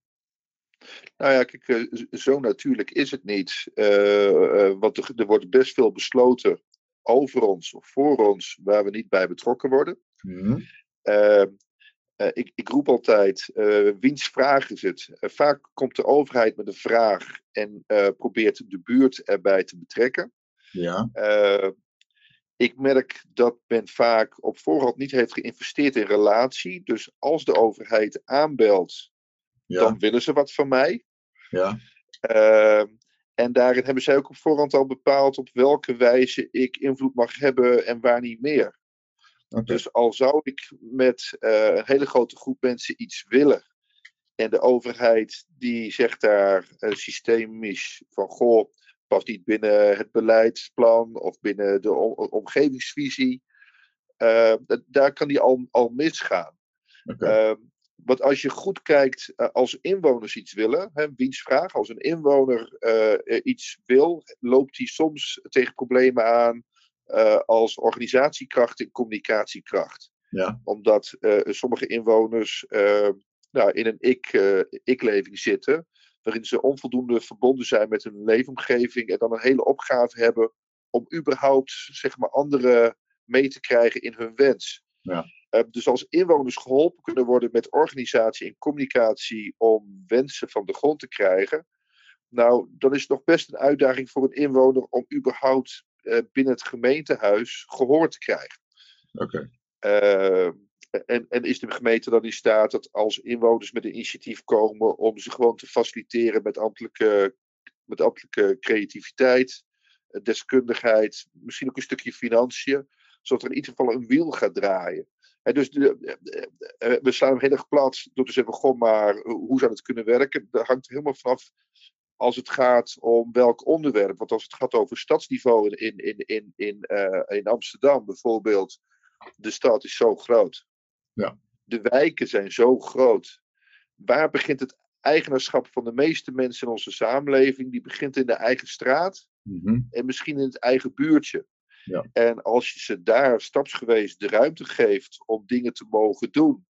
Nou ja, kijk, zo natuurlijk is het niet. Uh, uh, want er, er wordt best veel besloten over ons of voor ons waar we niet bij betrokken worden. Mm-hmm. Uh, uh, ik, ik roep altijd, uh, wiens vraag is het? Uh, vaak komt de overheid met een vraag en uh, probeert de buurt erbij te betrekken. Ja. Uh, ik merk dat men vaak op voorhand niet heeft geïnvesteerd in relatie. Dus als de overheid aanbelt, ja. dan willen ze wat van mij. Ja. Uh, en daarin hebben zij ook op voorhand al bepaald op welke wijze ik invloed mag hebben en waar niet meer. Okay. Dus al zou ik met uh, een hele grote groep mensen iets willen. En de overheid die zegt daar uh, systemisch van goh, past niet binnen het beleidsplan of binnen de om- omgevingsvisie. Uh, daar kan die al, al misgaan. Okay. Uh, Want als je goed kijkt, uh, als inwoners iets willen, hè, wiens vraag, als een inwoner uh, iets wil, loopt hij soms tegen problemen aan uh, als organisatiekracht en communicatiekracht. Ja. Omdat uh, sommige inwoners uh, nou, in een ik, uh, ik-leving zitten, waarin ze onvoldoende verbonden zijn met hun leefomgeving en dan een hele opgave hebben om überhaupt zeg maar, anderen mee te krijgen in hun wens. Ja. Uh, dus als inwoners geholpen kunnen worden met organisatie en communicatie om wensen van de grond te krijgen, nou, dan is het nog best een uitdaging voor een inwoner om überhaupt uh, binnen het gemeentehuis gehoor te krijgen. Okay. Uh, En, en is de gemeente dan in staat dat als inwoners met een initiatief komen om ze gewoon te faciliteren met ambtelijke, met ambtelijke creativiteit, deskundigheid, misschien ook een stukje financiën, zodat er in ieder geval een wiel gaat draaien. En dus de, uh, we slaan hem heel erg plat door te zeggen, goh, maar hoe zou het kunnen werken? Dat hangt er helemaal vanaf als het gaat om welk onderwerp. Want als het gaat over stadsniveau in, in, in, in, uh, in Amsterdam bijvoorbeeld, de stad is zo groot. Ja. De wijken zijn zo groot. Waar begint het eigenaarschap van de meeste mensen in onze samenleving? Die begint in de eigen straat Mm-hmm. en misschien in het eigen buurtje. Ja. En als je ze daar stapsgewijs de ruimte geeft om dingen te mogen doen,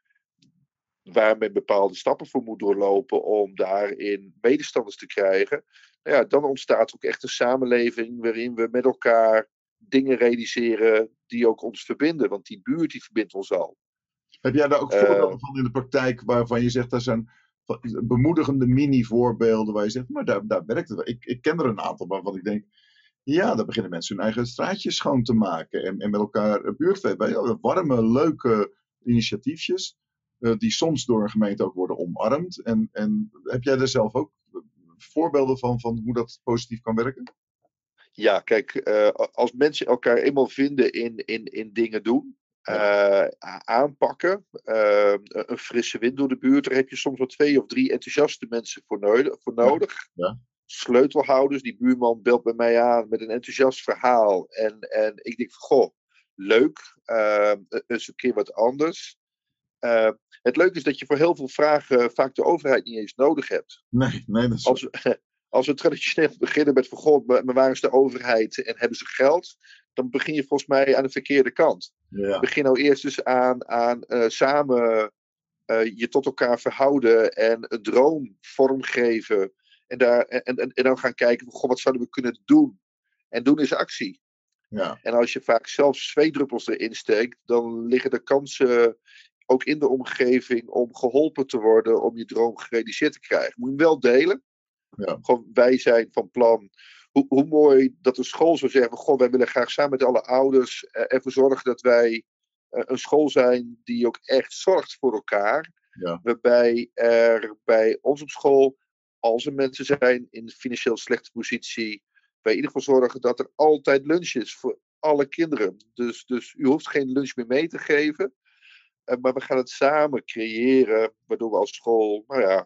waar men bepaalde stappen voor moet doorlopen om daarin medestanders te krijgen, nou ja, dan ontstaat ook echt een samenleving waarin we met elkaar dingen realiseren die ook ons verbinden. Want die buurt die verbindt ons al. Heb jij daar ook Uh, voorbeelden van in de praktijk waarvan je zegt, dat zijn bemoedigende mini-voorbeelden waar je zegt, maar daar, daar werkt het. Ik, ik ken er een aantal waarvan ik denk, ja, daar beginnen mensen hun eigen straatjes schoon te maken en, en met elkaar buurtfeest. Warme, leuke initiatiefjes, uh, die soms door een gemeente ook worden omarmd. En, en heb jij daar zelf ook voorbeelden van, van hoe dat positief kan werken? Ja, kijk, uh, als mensen elkaar eenmaal vinden in, in, in dingen doen, uh, aanpakken, uh, een frisse wind door de buurt, daar heb je soms wel twee of drie enthousiaste mensen voor, nodig. Voor nodig. Ja. Ja. Sleutelhouders, die buurman belt bij mij aan met een enthousiast verhaal. En, en ik denk van, goh, leuk, uh, eens een keer wat anders. Uh, het leuke is dat je voor heel veel vragen vaak de overheid niet eens nodig hebt. Nee, nee, dat is als, we, als we traditioneel beginnen met van, goh, maar waar is de overheid en hebben ze geld? Dan begin je volgens mij aan de verkeerde kant. Ja. Begin nou eerst eens aan, aan uh, samen uh, je tot elkaar verhouden en een droom vormgeven. En, daar, en, en, en dan gaan kijken van, goh, wat zouden we kunnen doen? En doen is actie. Ja. En als je vaak zelf zweetdruppels erin steekt, dan liggen de kansen ook in de omgeving om geholpen te worden om je droom gerealiseerd te krijgen. Moet je hem wel delen. Ja. Gewoon, wij zijn van plan. Hoe, hoe mooi dat een school zou zeggen, goh, wij willen graag samen met alle ouders uh, ervoor zorgen dat wij uh, een school zijn die ook echt zorgt voor elkaar. Ja. Waarbij er bij ons op school, als er mensen zijn in een financieel slechte positie, wij in ieder geval zorgen dat er altijd lunch is voor alle kinderen. Dus, dus u hoeft geen lunch meer mee te geven. Uh, maar we gaan het samen creëren, waardoor we als school, nou ja,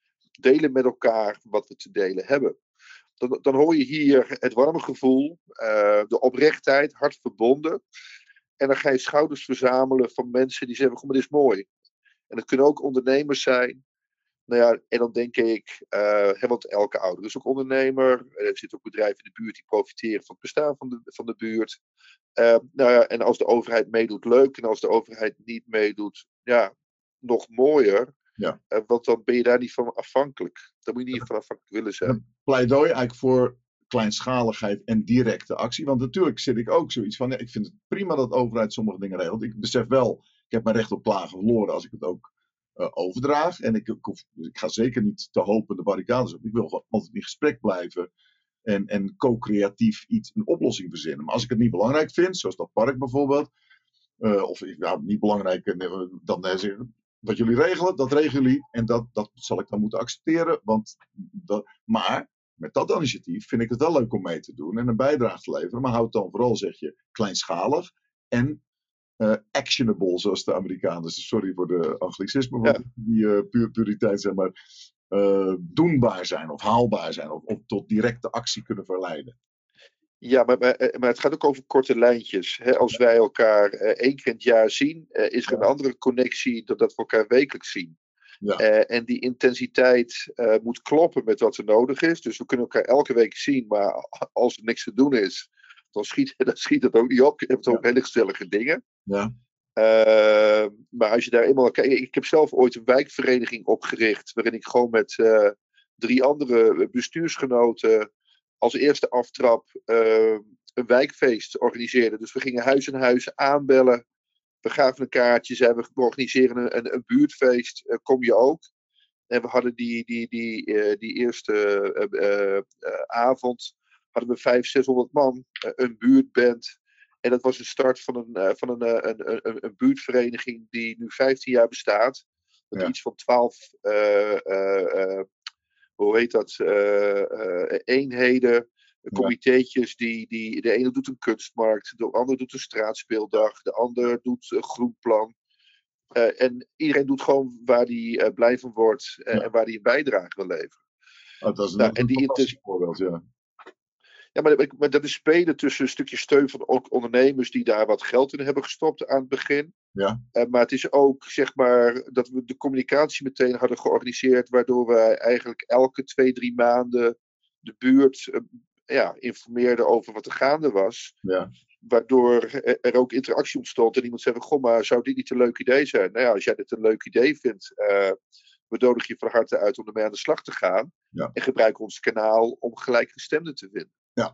delen met elkaar wat we te delen hebben. Dan, dan hoor je hier het warme gevoel, uh, de oprechtheid, hard verbonden. En dan ga je schouders verzamelen van mensen die zeggen, goh, maar dit is mooi. En het kunnen ook ondernemers zijn. Nou ja, en dan denk ik, uh, want elke ouder is ook ondernemer. Er zitten ook bedrijven in de buurt die profiteren van het bestaan van de, van de buurt. Uh, nou ja, en als de overheid meedoet, leuk. En als de overheid niet meedoet, ja, nog mooier. Ja. Uh, want dan ben je daar niet van afhankelijk. Dan moet je niet van afhankelijk willen zijn. Een pleidooi eigenlijk voor kleinschaligheid en directe actie. Want natuurlijk zit ik ook zoiets van, ja, ik vind het prima dat de overheid sommige dingen regelt. Ik besef wel, ik heb mijn recht op klagen verloren als ik het ook uh, overdraag. En ik, ik, hoef, ik ga zeker niet te hopen de barricades op. Ik wil gewoon altijd in gesprek blijven. En, en co-creatief iets, een oplossing verzinnen. Maar als ik het niet belangrijk vind, zoals dat park bijvoorbeeld. Uh, of nou, niet belangrijk, dan uh, zeggen wat jullie regelen, dat regelen jullie. En dat, dat zal ik dan moeten accepteren. Want dat, maar met dat initiatief vind ik het wel leuk om mee te doen en een bijdrage te leveren. Maar houd dan vooral, zeg je, kleinschalig en uh, actionable, zoals de Amerikanen. Sorry voor de anglicisme, Ja. die uh, puur puriteit zeg maar. Uh, doenbaar zijn of haalbaar zijn of, of tot directe actie kunnen verleiden. Ja, maar, maar, maar het gaat ook over korte lijntjes. Hè? Als wij elkaar uh, één keer in het jaar zien, uh, is er Ja. een andere connectie dan dat we elkaar wekelijks zien. Ja. Uh, en die intensiteit uh, moet kloppen met wat er nodig is. Dus we kunnen elkaar elke week zien, maar als er niks te doen is, dan schiet, dan schiet het ook niet op. Je hebt ook Ja. hele gezellige dingen. Ja. Uh, maar als je daar eenmaal... Kijk, ik heb zelf ooit een wijkvereniging opgericht, waarin ik gewoon met uh, drie andere bestuursgenoten als eerste aftrap uh, een wijkfeest organiseerde. Dus we gingen huis en huis aanbellen. We gaven een kaartje, zeiden we organiseren een, een, een buurtfeest, uh, kom je ook? En we hadden die, die, die, uh, die eerste uh, uh, uh, avond, hadden we vijfhonderd, zeshonderd man, uh, een buurtband. En dat was een start van een, uh, van een, uh, een, een, een buurtvereniging die nu vijftien jaar bestaat. Dat Ja. iets van twaalf, uh, uh, uh, hoe heet dat, uh, uh, eenheden, comitéetjes. Die, die, de ene doet een kunstmarkt, de ander doet een straatspeeldag, de ander doet een groenplan. Uh, en iedereen doet gewoon waar hij uh, blij van wordt uh, ja. en waar hij een bijdrage wil leveren. Oh, dat is een, nou, een fantastisch inter... voorbeeld, ja. Ja, maar, maar dat is spelen tussen een stukje steun van ook ondernemers die daar wat geld in hebben gestopt aan het begin. Ja. Uh, maar het is ook, zeg maar, dat we de communicatie meteen hadden georganiseerd, waardoor wij eigenlijk elke twee, drie maanden de buurt uh, ja, informeerden over wat er gaande was. Ja. Waardoor er ook interactie ontstond en iemand zei van, goh, maar zou dit niet een leuk idee zijn? Nou ja, als jij dit een leuk idee vindt, uh, we nodigen je van harte uit om ermee aan de slag te gaan. Ja. En gebruik ons kanaal om gelijkgestemden te vinden. Ja.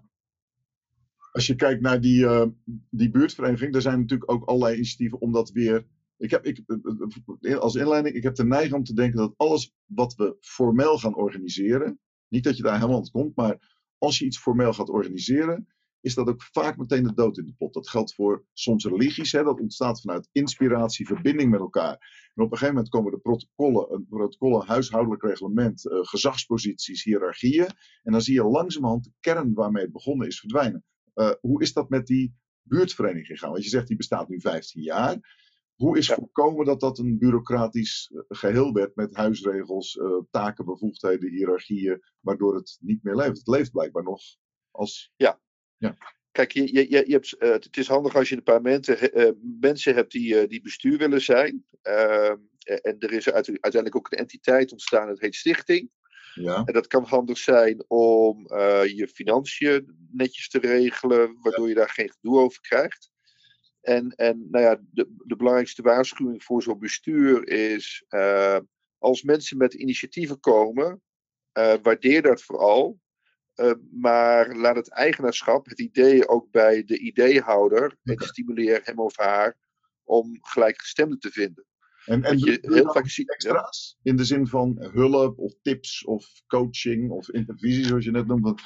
Als je kijkt naar die, uh, die buurtvereniging, er zijn natuurlijk ook allerlei initiatieven om dat weer... Ik heb, ik, als inleiding, ik heb de neiging om te denken dat alles wat we formeel gaan organiseren, niet dat je daar helemaal aan komt, maar als je iets formeel gaat organiseren, is dat ook vaak meteen de dood in de pot. Dat geldt voor soms religies, hè, dat ontstaat vanuit inspiratie, verbinding met elkaar. En op een gegeven moment komen de protocollen, een protocollen, huishoudelijk reglement, uh, gezagsposities, hiërarchieën. En dan zie je langzamerhand de kern waarmee het begonnen is verdwijnen. Uh, hoe is dat met die buurtvereniging gegaan? Want je zegt die bestaat nu vijftien jaar. Hoe is ja. voorkomen dat dat een bureaucratisch uh, geheel werd met huisregels, uh, taken, bevoegdheden, hiërarchieën, waardoor het niet meer leeft? Het leeft blijkbaar nog als... Ja. Ja. Kijk, je, je, je hebt, uh, het is handig als je een paar mensen, uh, mensen hebt die, uh, die bestuur willen zijn. Uh, en er is uit, uiteindelijk ook een entiteit ontstaan, dat heet stichting. Ja. En dat kan handig zijn om uh, je financiën netjes te regelen, waardoor ja. je daar geen gedoe over krijgt. En, en nou ja, de, de belangrijkste waarschuwing voor zo'n bestuur is, uh, als mensen met initiatieven komen, uh, waardeer dat vooral. Uh, maar laat het eigenaarschap, het idee ook bij de ideehouder. Okay. En stimuleer hem of haar om gelijkgestemden te vinden. En, en je heel vaak ziet extra's? Ja? In de zin van hulp of tips of coaching of intervisie, zoals je net noemde.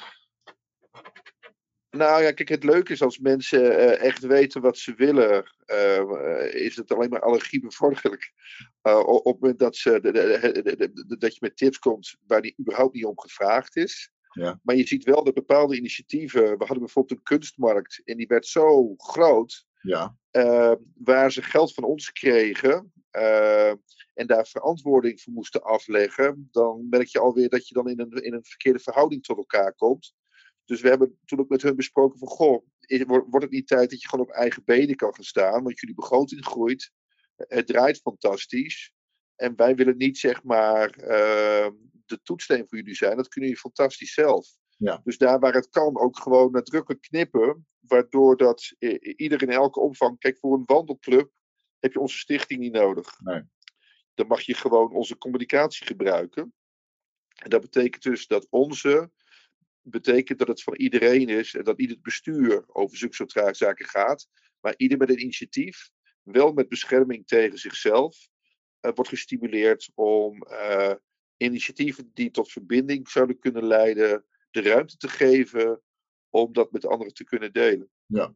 Nou ja, kijk, het leuke is als mensen uh, echt weten wat ze willen, uh, is het alleen maar allergiebevorderlijk. Uh, op het moment dat, ze, de, de, de, de, de, dat je met tips komt waar die überhaupt niet om gevraagd is. Ja. Maar je ziet wel dat bepaalde initiatieven, we hadden bijvoorbeeld een kunstmarkt en die werd zo groot, ja. uh, waar ze geld van ons kregen uh, en daar verantwoording voor moesten afleggen, dan merk je alweer dat je dan in een, in een verkeerde verhouding tot elkaar komt. Dus we hebben toen ook met hun besproken van, goh, wordt het niet tijd dat je gewoon op eigen benen kan gaan staan, want jullie begroting groeit, het draait fantastisch en wij willen niet, zeg maar, uh, de toetssteen voor jullie zijn, dat kunnen jullie fantastisch zelf. Ja. Dus daar waar het kan ook gewoon nadrukkelijk knippen, waardoor dat eh, ieder in elke omvang, kijk, voor een wandelclub heb je onze stichting niet nodig. Nee. Dan mag je gewoon onze communicatie gebruiken. En dat betekent dus dat onze betekent dat het van iedereen is en dat niet het bestuur over zulke soort zaken gaat, maar ieder met een initiatief, wel met bescherming tegen zichzelf, uh, wordt gestimuleerd om uh, initiatieven die tot verbinding zouden kunnen leiden, de ruimte te geven om dat met anderen te kunnen delen. Ja.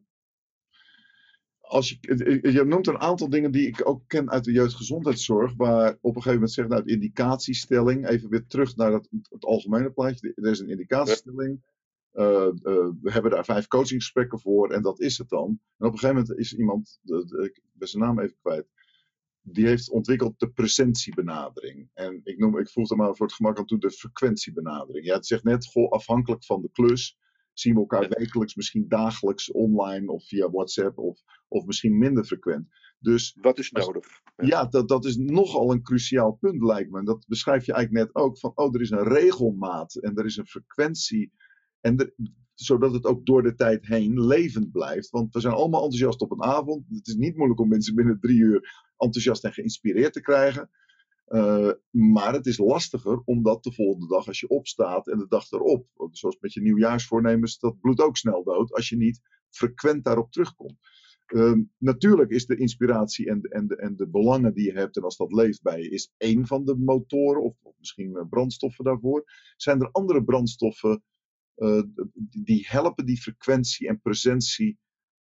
Als je, je noemt een aantal dingen die ik ook ken uit de jeugdgezondheidszorg, waar op een gegeven moment zegt, nou, de indicatiestelling, even weer terug naar het, het algemene plaatje, er is een indicatiestelling, uh, uh, we hebben daar vijf coachingsgesprekken voor en dat is het dan. En op een gegeven moment is iemand, de, de, ik ben zijn naam even kwijt, die heeft ontwikkeld de presentiebenadering. En ik, noem, ik voeg er maar voor het gemak aan toe de frequentiebenadering. Ja, het zegt net, goh, afhankelijk van de klus zien we elkaar wekelijks, misschien dagelijks online of via WhatsApp of, of misschien minder frequent. Dus, wat is nodig? Ja, ja dat, dat is nogal een cruciaal punt, lijkt me. Dat beschrijf je eigenlijk net ook. Van, oh, er is een regelmaat en er is een frequentie. En er, zodat het ook door de tijd heen levend blijft. Want we zijn allemaal enthousiast op een avond. Het is niet moeilijk om mensen binnen drie uur enthousiast en geïnspireerd te krijgen. Uh, maar het is lastiger om dat de volgende dag als je opstaat en de dag erop. Zoals met je nieuwjaarsvoornemens, dat bloedt ook snel dood als je niet frequent daarop terugkomt. Uh, natuurlijk is de inspiratie en de, en, de, en de belangen die je hebt en als dat leeft bij je is één van de motoren of, of misschien brandstoffen daarvoor. Zijn er andere brandstoffen uh, die helpen die frequentie en presentie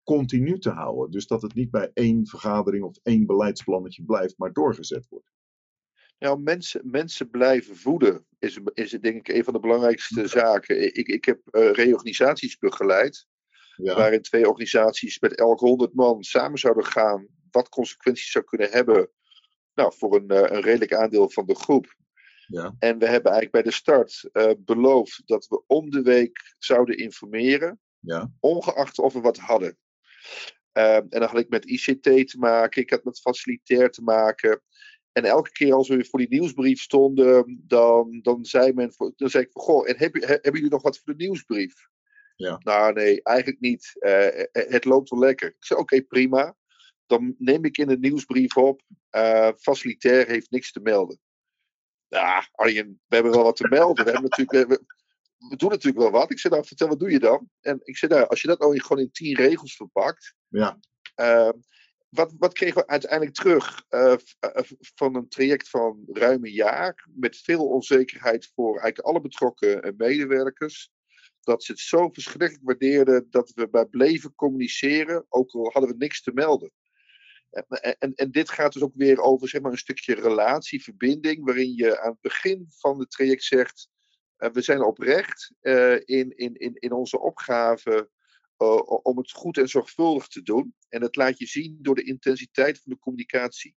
continu te houden. Dus dat het niet bij één vergadering of één beleidsplannetje blijft, maar doorgezet wordt. Nou, mensen, mensen blijven voeden is, is denk ik een van de belangrijkste zaken. Ik, ik heb uh, reorganisaties begeleid, Ja, waarin twee organisaties met elk honderd man samen zouden gaan, wat consequenties zou kunnen hebben, nou, voor een, uh, een redelijk aandeel van de groep. ja, En we hebben eigenlijk bij de start uh, beloofd dat we om de week zouden informeren, ja, ongeacht of we wat hadden. Uh, en dan had ik met I C T te maken, ik had met facilitair te maken. En elke keer als we voor die nieuwsbrief stonden, dan, dan, zei, men, dan zei ik van, goh, en heb, hebben jullie nog wat voor de nieuwsbrief? ja. Nou nee, eigenlijk niet. Uh, het loopt wel lekker. Ik zei, oké, okay, prima. Dan neem ik in de nieuwsbrief op, uh, facilitair heeft niks te melden. Ja, Arjen, we hebben wel wat te melden. We, hebben natuurlijk, we, we doen natuurlijk wel wat. Ik zei, nou, vertel, wat doe je dan? En ik zei, nou, als je dat nou gewoon in tien regels verpakt. Ja. Uh, wat, wat kregen we uiteindelijk terug uh, van een traject van ruim een jaar? Met veel onzekerheid voor eigenlijk alle betrokken medewerkers. Dat ze het zo verschrikkelijk waardeerden dat we bij bleven communiceren, ook al hadden we niks te melden. En, en, en dit gaat dus ook weer over, zeg maar, een stukje relatie, verbinding, waarin je aan het begin van het traject zegt, uh, we zijn oprecht uh, in, in, in, in onze opgave uh, om het goed en zorgvuldig te doen. En dat laat je zien door de intensiteit van de communicatie.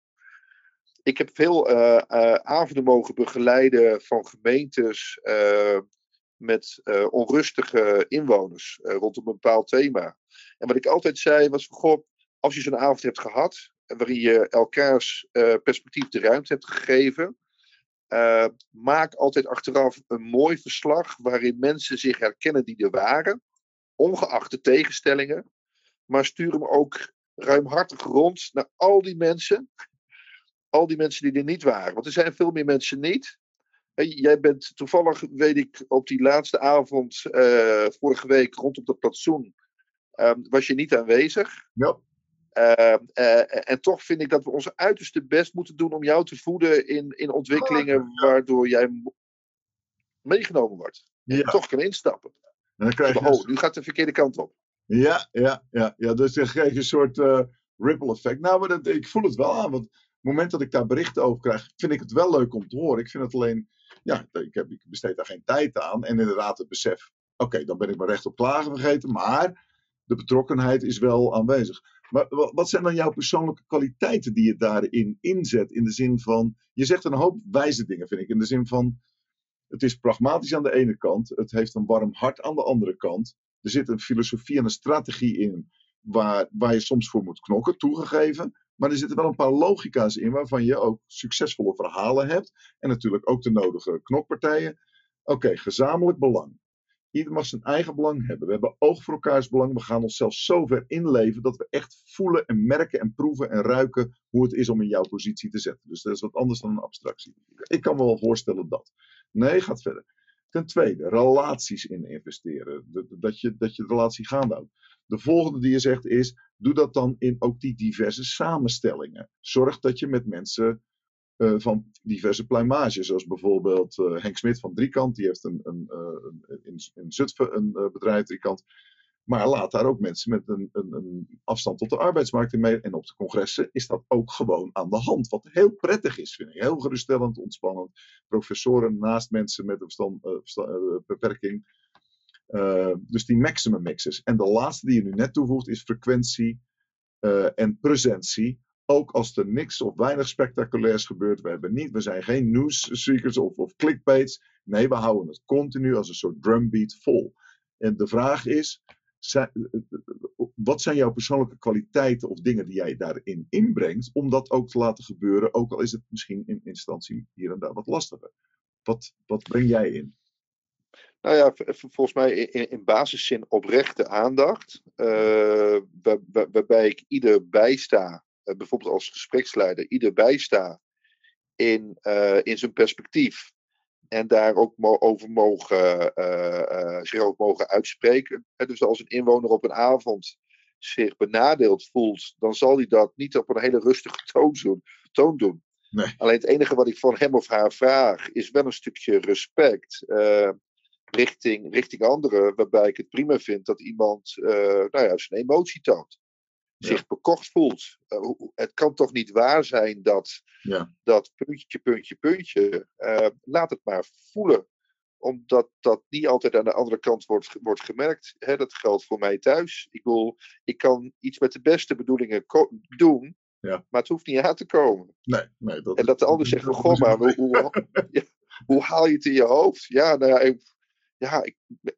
Ik heb veel uh, uh, avonden mogen begeleiden van gemeentes uh, met uh, onrustige inwoners uh, rondom een bepaald thema. En wat ik altijd zei was van, goh, als je zo'n avond hebt gehad, waarin je elkaars uh, perspectief de ruimte hebt gegeven, uh, maak altijd achteraf een mooi verslag waarin mensen zich herkennen die er waren, ongeacht de tegenstellingen, maar stuur hem ook ruimhartig rond naar al die mensen, al die mensen die er niet waren. Want er zijn veel meer mensen niet. Hey, jij bent toevallig, weet ik, op die laatste avond uh, vorige week rondom dat plantsoen, um, was je niet aanwezig. Ja. Uh, uh, en toch vind ik dat we onze uiterste best moeten doen om jou te voeden in, in ontwikkelingen ja. waardoor jij meegenomen wordt. En Ja. toch kan instappen. En dan krijg je... Oh, nu gaat het de verkeerde kant op. Ja, ja, ja, ja. Dus dan krijg je een soort uh, ripple effect. Nou, maar dat, ik voel het wel aan. Want op het moment dat ik daar berichten over krijg, vind ik het wel leuk om te horen. Ik vind het alleen, ja, ik, heb, ik besteed daar geen tijd aan. En inderdaad het besef, oké, okay, dan ben ik mijn recht op klagen vergeten. Maar de betrokkenheid is wel aanwezig. Maar wat zijn dan jouw persoonlijke kwaliteiten die je daarin inzet? In de zin van, je zegt een hoop wijze dingen, vind ik. In de zin van, het is pragmatisch aan de ene kant. Het heeft een warm hart aan de andere kant. Er zit een filosofie en een strategie in waar, waar je soms voor moet knokken, toegegeven. Maar er zitten wel een paar logica's in waarvan je ook succesvolle verhalen hebt. En natuurlijk ook de nodige knokpartijen. Oké, okay, gezamenlijk belang. Ieder mag zijn eigen belang hebben. We hebben oog voor elkaars belang. We gaan ons zelfs zo ver inleven dat we echt voelen en merken en proeven en ruiken hoe het is om in jouw positie te zetten. Dus dat is wat anders dan een abstractie. Ik kan me wel voorstellen dat. Nee, gaat verder. Ten tweede, relaties in investeren. Dat je, dat je de relatie gaande houdt. De volgende die je zegt is, doe dat dan in ook die diverse samenstellingen. Zorg dat je met mensen uh, van diverse pluimages, zoals bijvoorbeeld uh, Henk Smit van Driekant, die heeft een, een, uh, in, in Zutphen een uh, bedrijf Driekant. Maar laat daar ook mensen met een, een, een afstand tot de arbeidsmarkt in mee. En op de congressen is dat ook gewoon aan de hand. Wat heel prettig is, vind ik. Heel geruststellend, ontspannend. Professoren naast mensen met een verstand, uh, verstand, uh, beperking. Uh, dus die maximum mixes. En de laatste die je nu net toevoegt is frequentie uh, en presentie. Ook als er niks of weinig spectaculairs gebeurt. We, hebben niet, we zijn geen newsseekers of, of clickbaits. Nee, we houden het continu als een soort drumbeat vol. En de vraag is, wat zijn jouw persoonlijke kwaliteiten of dingen die jij daarin inbrengt, om dat ook te laten gebeuren, ook al is het misschien in instantie hier en daar wat lastiger. Wat, wat breng jij in? Nou ja, volgens mij in, in basiszin oprechte aandacht, uh, waar, waar, waarbij ik ieder bijsta, uh, bijvoorbeeld als gespreksleider, ieder bijsta in, uh, in zijn perspectief. En daar ook mo- over mogen, uh, uh, zich ook mogen uitspreken. He, dus als een inwoner op een avond zich benadeeld voelt, dan zal hij dat niet op een hele rustige toon doen. Toon doen. Nee. Alleen het enige wat ik van hem of haar vraag is wel een stukje respect. Uh, richting, richting anderen, waarbij ik het prima vind dat iemand uh, nou ja, zijn emotie toont. Zich ja. bekocht voelt. Uh, het kan toch niet waar zijn dat, ja. dat puntje, puntje, puntje. Uh, laat het maar voelen. Omdat dat niet altijd aan de andere kant wordt, wordt gemerkt. Hè, dat geldt voor mij thuis. Ik bedoel, ik kan iets met de beste bedoelingen ko- doen. Ja. Maar het hoeft niet aan te komen. Nee, nee, dat en dat de ander zegt van, goh, maar hoe, hoe, ja, hoe haal je het in je hoofd? Ja, nou ja, ik, ja, ik,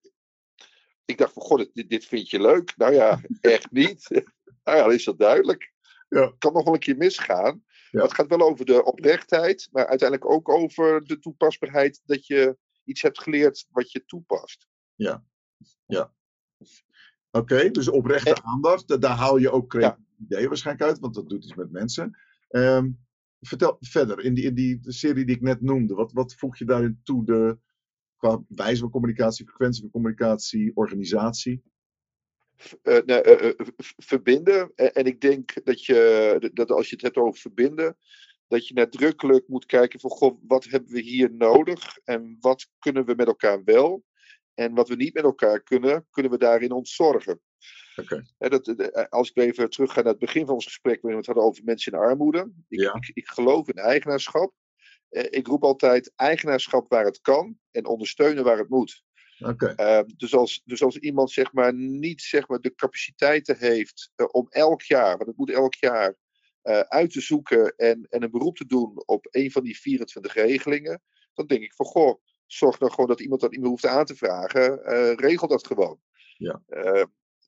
ik dacht van, god, dit, dit vind je leuk? Nou ja, echt niet. Nou ja, dan is dat duidelijk. Ja. Het kan nog wel een keer misgaan. Ja. Maar het gaat wel over de oprechtheid, maar uiteindelijk ook over de toepasbaarheid dat je iets hebt geleerd wat je toepast. Ja, ja. Oké, okay, dus oprechte en, aandacht, daar haal je ook creatieve ja. ideeën waarschijnlijk uit, want dat doet iets met mensen. Um, vertel verder, in die, in die serie die ik net noemde, wat, wat voeg je daarin toe de, qua wijze van communicatie, frequentie van communicatie, organisatie? Uh, nou, uh, uh, verbinden. En, en ik denk dat, je, dat als je het hebt over verbinden, dat je nadrukkelijk moet kijken van, goh, wat hebben we hier nodig en wat kunnen we met elkaar wel? En wat we niet met elkaar kunnen, kunnen we daarin ontzorgen. Okay. En dat, als ik even terug ga naar het begin van ons gesprek, waarin we het hadden over mensen in armoede. Ik, ja. ik, ik geloof in eigenaarschap. Ik roep altijd eigenaarschap waar het kan en ondersteunen waar het moet. Okay. Uh, dus, als, dus als iemand zeg maar, niet zeg maar, de capaciteiten heeft uh, om elk jaar, want het moet elk jaar, uh, uit te zoeken en, en een beroep te doen op een van die vierentwintig regelingen, dan denk ik van, goh, zorg dan gewoon dat iemand dat niet meer hoeft aan te vragen. Uh, regel dat gewoon. Ja. Uh,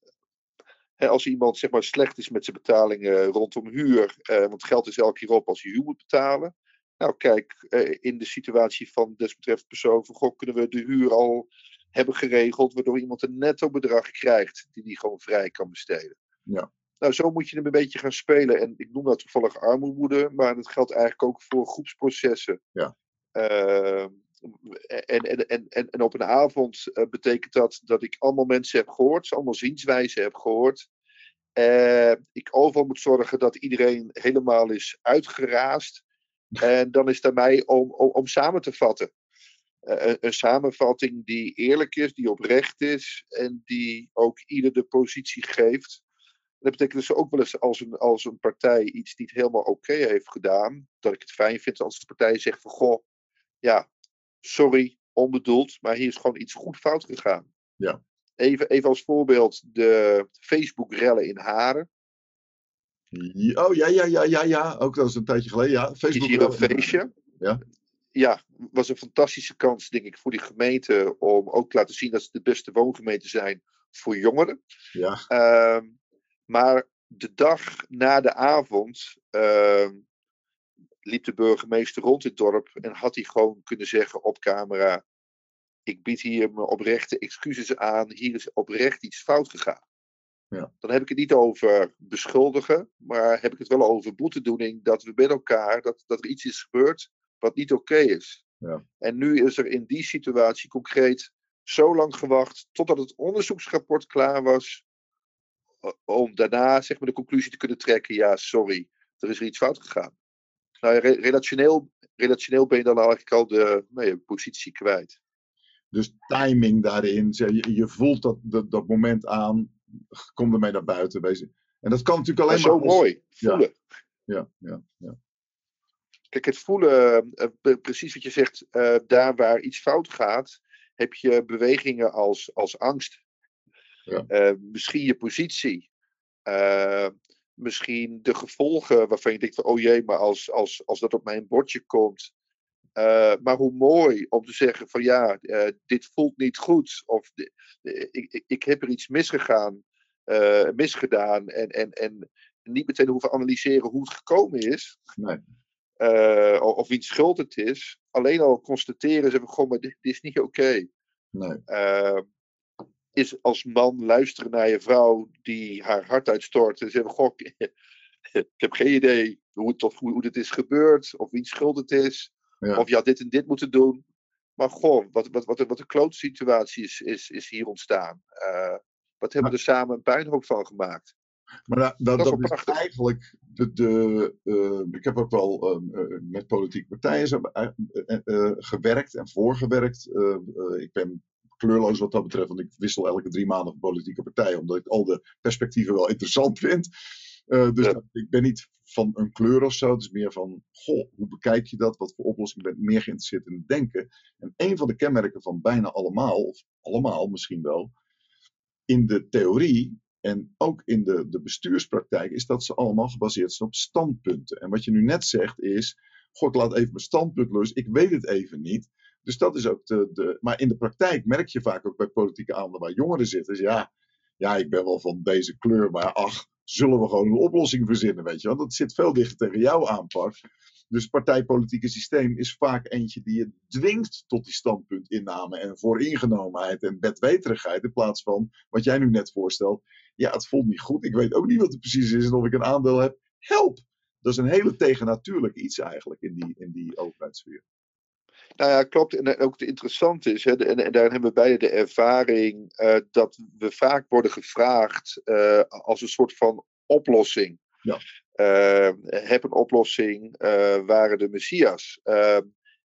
hè, als iemand zeg maar, slecht is met zijn betalingen rondom huur, uh, want geld is elke keer op als je huur moet betalen. Nou kijk, uh, in de situatie van desbetreffende persoon, van, goh, kunnen we de huur al hebben geregeld, waardoor iemand een netto bedrag krijgt die die gewoon vrij kan besteden. Ja. Nou, zo moet je hem een beetje gaan spelen. En ik noem dat toevallig armoede, maar dat geldt eigenlijk ook voor groepsprocessen. Ja. Uh, en, en, en, en op een avond uh, betekent dat dat ik allemaal mensen heb gehoord, allemaal zienswijzen heb gehoord. Uh, ik overal moet zorgen dat iedereen helemaal is uitgeraasd. En dan is het aan mij om, om, om samen te vatten. Uh, een, een samenvatting die eerlijk is, die oprecht is en die ook ieder de positie geeft. Dat betekent dus ook wel eens als een, als een partij iets niet helemaal oké okay heeft gedaan, dat ik het fijn vind als de partij zegt van, goh, ja, sorry, onbedoeld, maar hier is gewoon iets goed fout gegaan. Ja. Even, even als voorbeeld de Facebook-rellen in Haren. Oh ja, ja, ja, ja, ja. Ook dat is een tijdje geleden. Ja, Facebook is hier een feestje. Ja. Ja, was een fantastische kans, denk ik, voor die gemeente om ook te laten zien dat ze de beste woongemeente zijn voor jongeren. Ja. Uh, maar de dag na de avond uh, liep de burgemeester rond in het dorp en had hij gewoon kunnen zeggen op camera: ik bied hier mijn oprechte excuses aan, hier is oprecht iets fout gegaan. Ja. Dan heb ik het niet over beschuldigen, maar heb ik het wel over boetedoening, dat we met elkaar, dat, dat er iets is gebeurd wat niet oké okay is. Ja. En nu is er in die situatie concreet zo lang gewacht totdat het onderzoeksrapport klaar was, om daarna zeg maar de conclusie te kunnen trekken: ja, sorry, er is er iets fout gegaan. Nou, re- relationeel, relationeel ben je dan eigenlijk al de nou, je positie kwijt. Dus timing daarin, je, je voelt dat, dat, dat moment aan, kom ermee naar buiten. Wezen. En dat kan natuurlijk alleen maar, maar... zo als... mooi, voelen. Ja, ja, ja. ja. Kijk, het voelen, uh, precies wat je zegt, uh, daar waar iets fout gaat, heb je bewegingen als, als angst. Ja. Uh, misschien je positie. Uh, misschien de gevolgen waarvan je denkt van, oh jee, maar als, als, als dat op mijn bordje komt. Uh, maar hoe mooi om te zeggen van ja, uh, dit voelt niet goed. Of de, de, ik, ik heb er iets misgegaan, uh, misgedaan. En, en, en niet meteen hoeven analyseren hoe het gekomen is. Nee. Uh, of wiens schuld het is. Alleen al constateren, zeggen gewoon, maar dit, dit is niet oké. Okay. Nee. Uh, is als man luisteren naar je vrouw die haar hart uitstort. En zeggen, goh, ik heb geen idee hoe het, hoe, hoe dit is gebeurd. Of wiens schuld het is. Ja. Of je had dit en dit moeten doen. Maar goh, wat, wat, wat, wat een klote situatie is, is, is hier ontstaan. Uh, wat hebben we er samen een puinhoop van gemaakt. Maar dat, dat, dat is, dat is eigenlijk de. de uh, ik heb ook wel uh, uh, met politieke partijen uh, uh, uh, gewerkt en voorgewerkt. Uh, uh, ik ben kleurloos wat dat betreft, want ik wissel elke drie maanden van politieke partij, omdat ik al de perspectieven wel interessant vind. Uh, dus Ja. dat, ik ben niet van een kleur of zo. Het is meer van, goh, hoe bekijk je dat? Wat voor oplossingen ben ik meer geïnteresseerd in het denken? En een van de kenmerken van bijna allemaal, of allemaal misschien wel, in de theorie en ook in de, de bestuurspraktijk, is dat ze allemaal gebaseerd zijn op standpunten. En wat je nu net zegt is, goh, ik laat even mijn standpunt los, ik weet het even niet. Dus dat is ook de, de... Maar in de praktijk merk je vaak ook bij politieke avonden waar jongeren zitten. Dus ja, ja, ik ben wel van deze kleur, maar ach, zullen we gewoon een oplossing verzinnen, weet je wel. Dat zit veel dichter tegen jouw aanpak. Dus het partijpolitieke systeem is vaak eentje die je dwingt tot die standpuntinname en vooringenomenheid en bedweterigheid. In plaats van wat jij nu net voorstelt. Ja, het voelt niet goed. Ik weet ook niet wat het precies is en of ik een aandeel heb. Help! Dat is een hele tegennatuurlijk iets eigenlijk in die, in die overheidssfeer. Nou ja, klopt. En ook het interessante is, hè, en, en daarin hebben we beide de ervaring uh, dat we vaak worden gevraagd uh, als een soort van oplossing. Ja. Uh, heb een oplossing, uh, waren de Messias. Uh,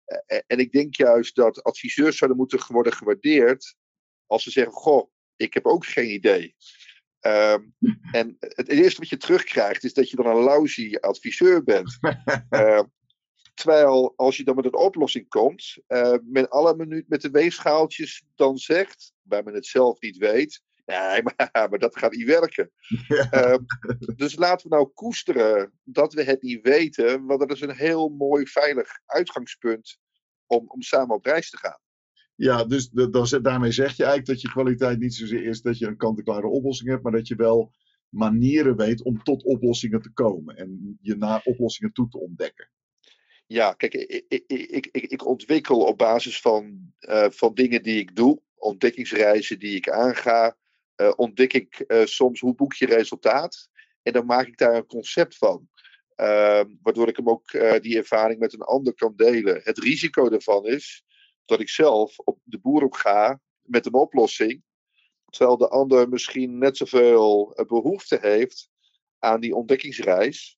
en ik denk juist dat adviseurs zouden moeten worden gewaardeerd als ze zeggen, goh, ik heb ook geen idee. Uh, en het eerste wat je terugkrijgt is dat je dan een lousy adviseur bent. Uh, Terwijl als je dan met een oplossing komt, uh, met alle minuut met de weegschaaltjes dan zegt, waar men het zelf niet weet, nee, maar, maar dat gaat niet werken. Ja. Uh, dus laten we nou koesteren dat we het niet weten, want dat is een heel mooi veilig uitgangspunt om, om samen op reis te gaan. Ja, dus de, de, daarmee zeg je eigenlijk dat je kwaliteit niet zozeer is dat je een kant-en-klare oplossing hebt, maar dat je wel manieren weet om tot oplossingen te komen en je naar oplossingen toe te ontdekken. Ja, kijk, ik, ik, ik, ik ontwikkel op basis van, uh, van dingen die ik doe, ontdekkingsreizen die ik aanga, uh, ontdek ik uh, soms hoe boek je resultaat en dan maak ik daar een concept van. Uh, waardoor ik hem ook uh, die ervaring met een ander kan delen. Het risico daarvan is dat ik zelf op de boer op ga met een oplossing, terwijl de ander misschien net zoveel uh, behoefte heeft aan die ontdekkingsreis.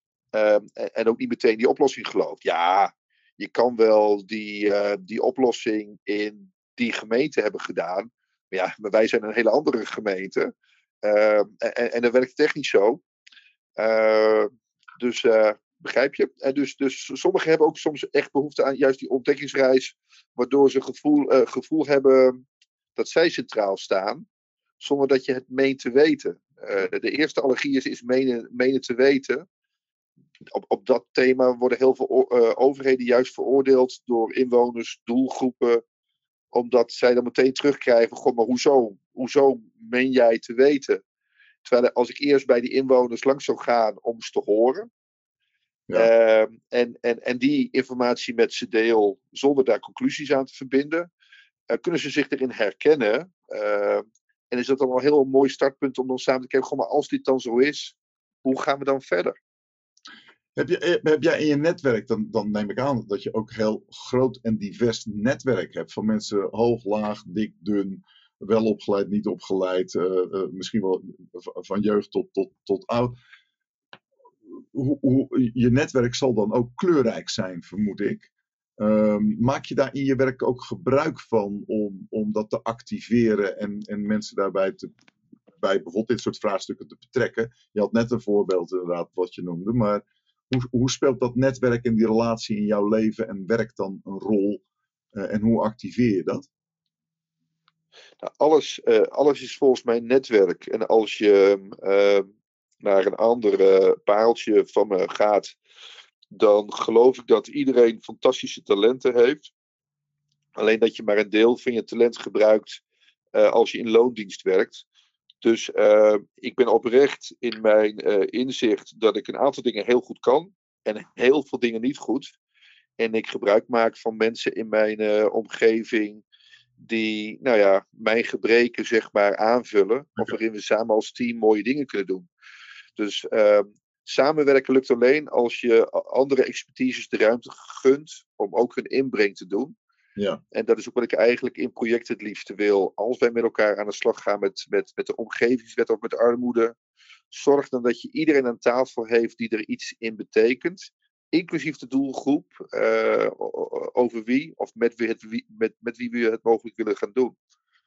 Um, en ook niet meteen die oplossing gelooft. Ja, je kan wel die, uh, die oplossing in die gemeente hebben gedaan. Maar ja, maar wij zijn een hele andere gemeente. Uh, en, en dat werkt technisch zo. Uh, dus uh, begrijp je? En dus, dus sommigen hebben ook soms echt behoefte aan juist die ontdekkingsreis. Waardoor ze gevoel, uh, gevoel hebben dat zij centraal staan. Zonder dat je het meent te weten. Uh, de eerste allergie is, is menen, menen te weten. Op, op dat thema worden heel veel uh, overheden juist veroordeeld door inwoners, doelgroepen, omdat zij dan meteen terugkrijgen, god, maar hoezo? Hoezo meen jij te weten? Terwijl als ik eerst bij die inwoners langs zou gaan om ze te horen, ja. uh, en, en, en die informatie met ze deel, zonder daar conclusies aan te verbinden, uh, kunnen ze zich erin herkennen. Uh, en is dat dan wel een heel mooi startpunt om dan samen te kijken, god, maar als dit dan zo is, hoe gaan we dan verder? Heb, je, heb jij in je netwerk, dan, dan neem ik aan dat je ook heel groot en divers netwerk hebt. Van mensen hoog, laag, dik, dun, wel opgeleid, niet opgeleid. Uh, uh, misschien wel van jeugd tot, tot, tot oud. Hoe, hoe, je netwerk zal dan ook kleurrijk zijn, vermoed ik. Um, maak je daar in je werk ook gebruik van om, om dat te activeren en, en mensen daarbij te, bij bijvoorbeeld dit soort vraagstukken te betrekken? Je had net een voorbeeld inderdaad wat je noemde, maar Hoe, hoe speelt dat netwerk en die relatie in jouw leven en werk dan een rol? Uh, en hoe activeer je dat? Nou, alles, uh, alles is volgens mij netwerk. En als je uh, naar een ander uh, pareltje van me gaat, dan geloof ik dat iedereen fantastische talenten heeft. Alleen dat je maar een deel van je talent gebruikt uh, als je in loondienst werkt. Dus uh, ik ben oprecht in mijn uh, inzicht dat ik een aantal dingen heel goed kan. En heel veel dingen niet goed. En ik gebruik maak van mensen in mijn uh, omgeving die, nou ja, mijn gebreken zeg maar aanvullen. Okay. Of waarin we samen als team mooie dingen kunnen doen. Dus uh, samenwerken lukt alleen als je andere expertises de ruimte gunt om ook hun inbreng te doen. Ja. En dat is ook wat ik eigenlijk in projecten het liefste wil. Als wij met elkaar aan de slag gaan met, met, met de omgevingswet of met armoede, zorg dan dat je iedereen aan tafel heeft die er iets in betekent. Inclusief de doelgroep uh, over wie of met wie, het, met, met wie we het mogelijk willen gaan doen.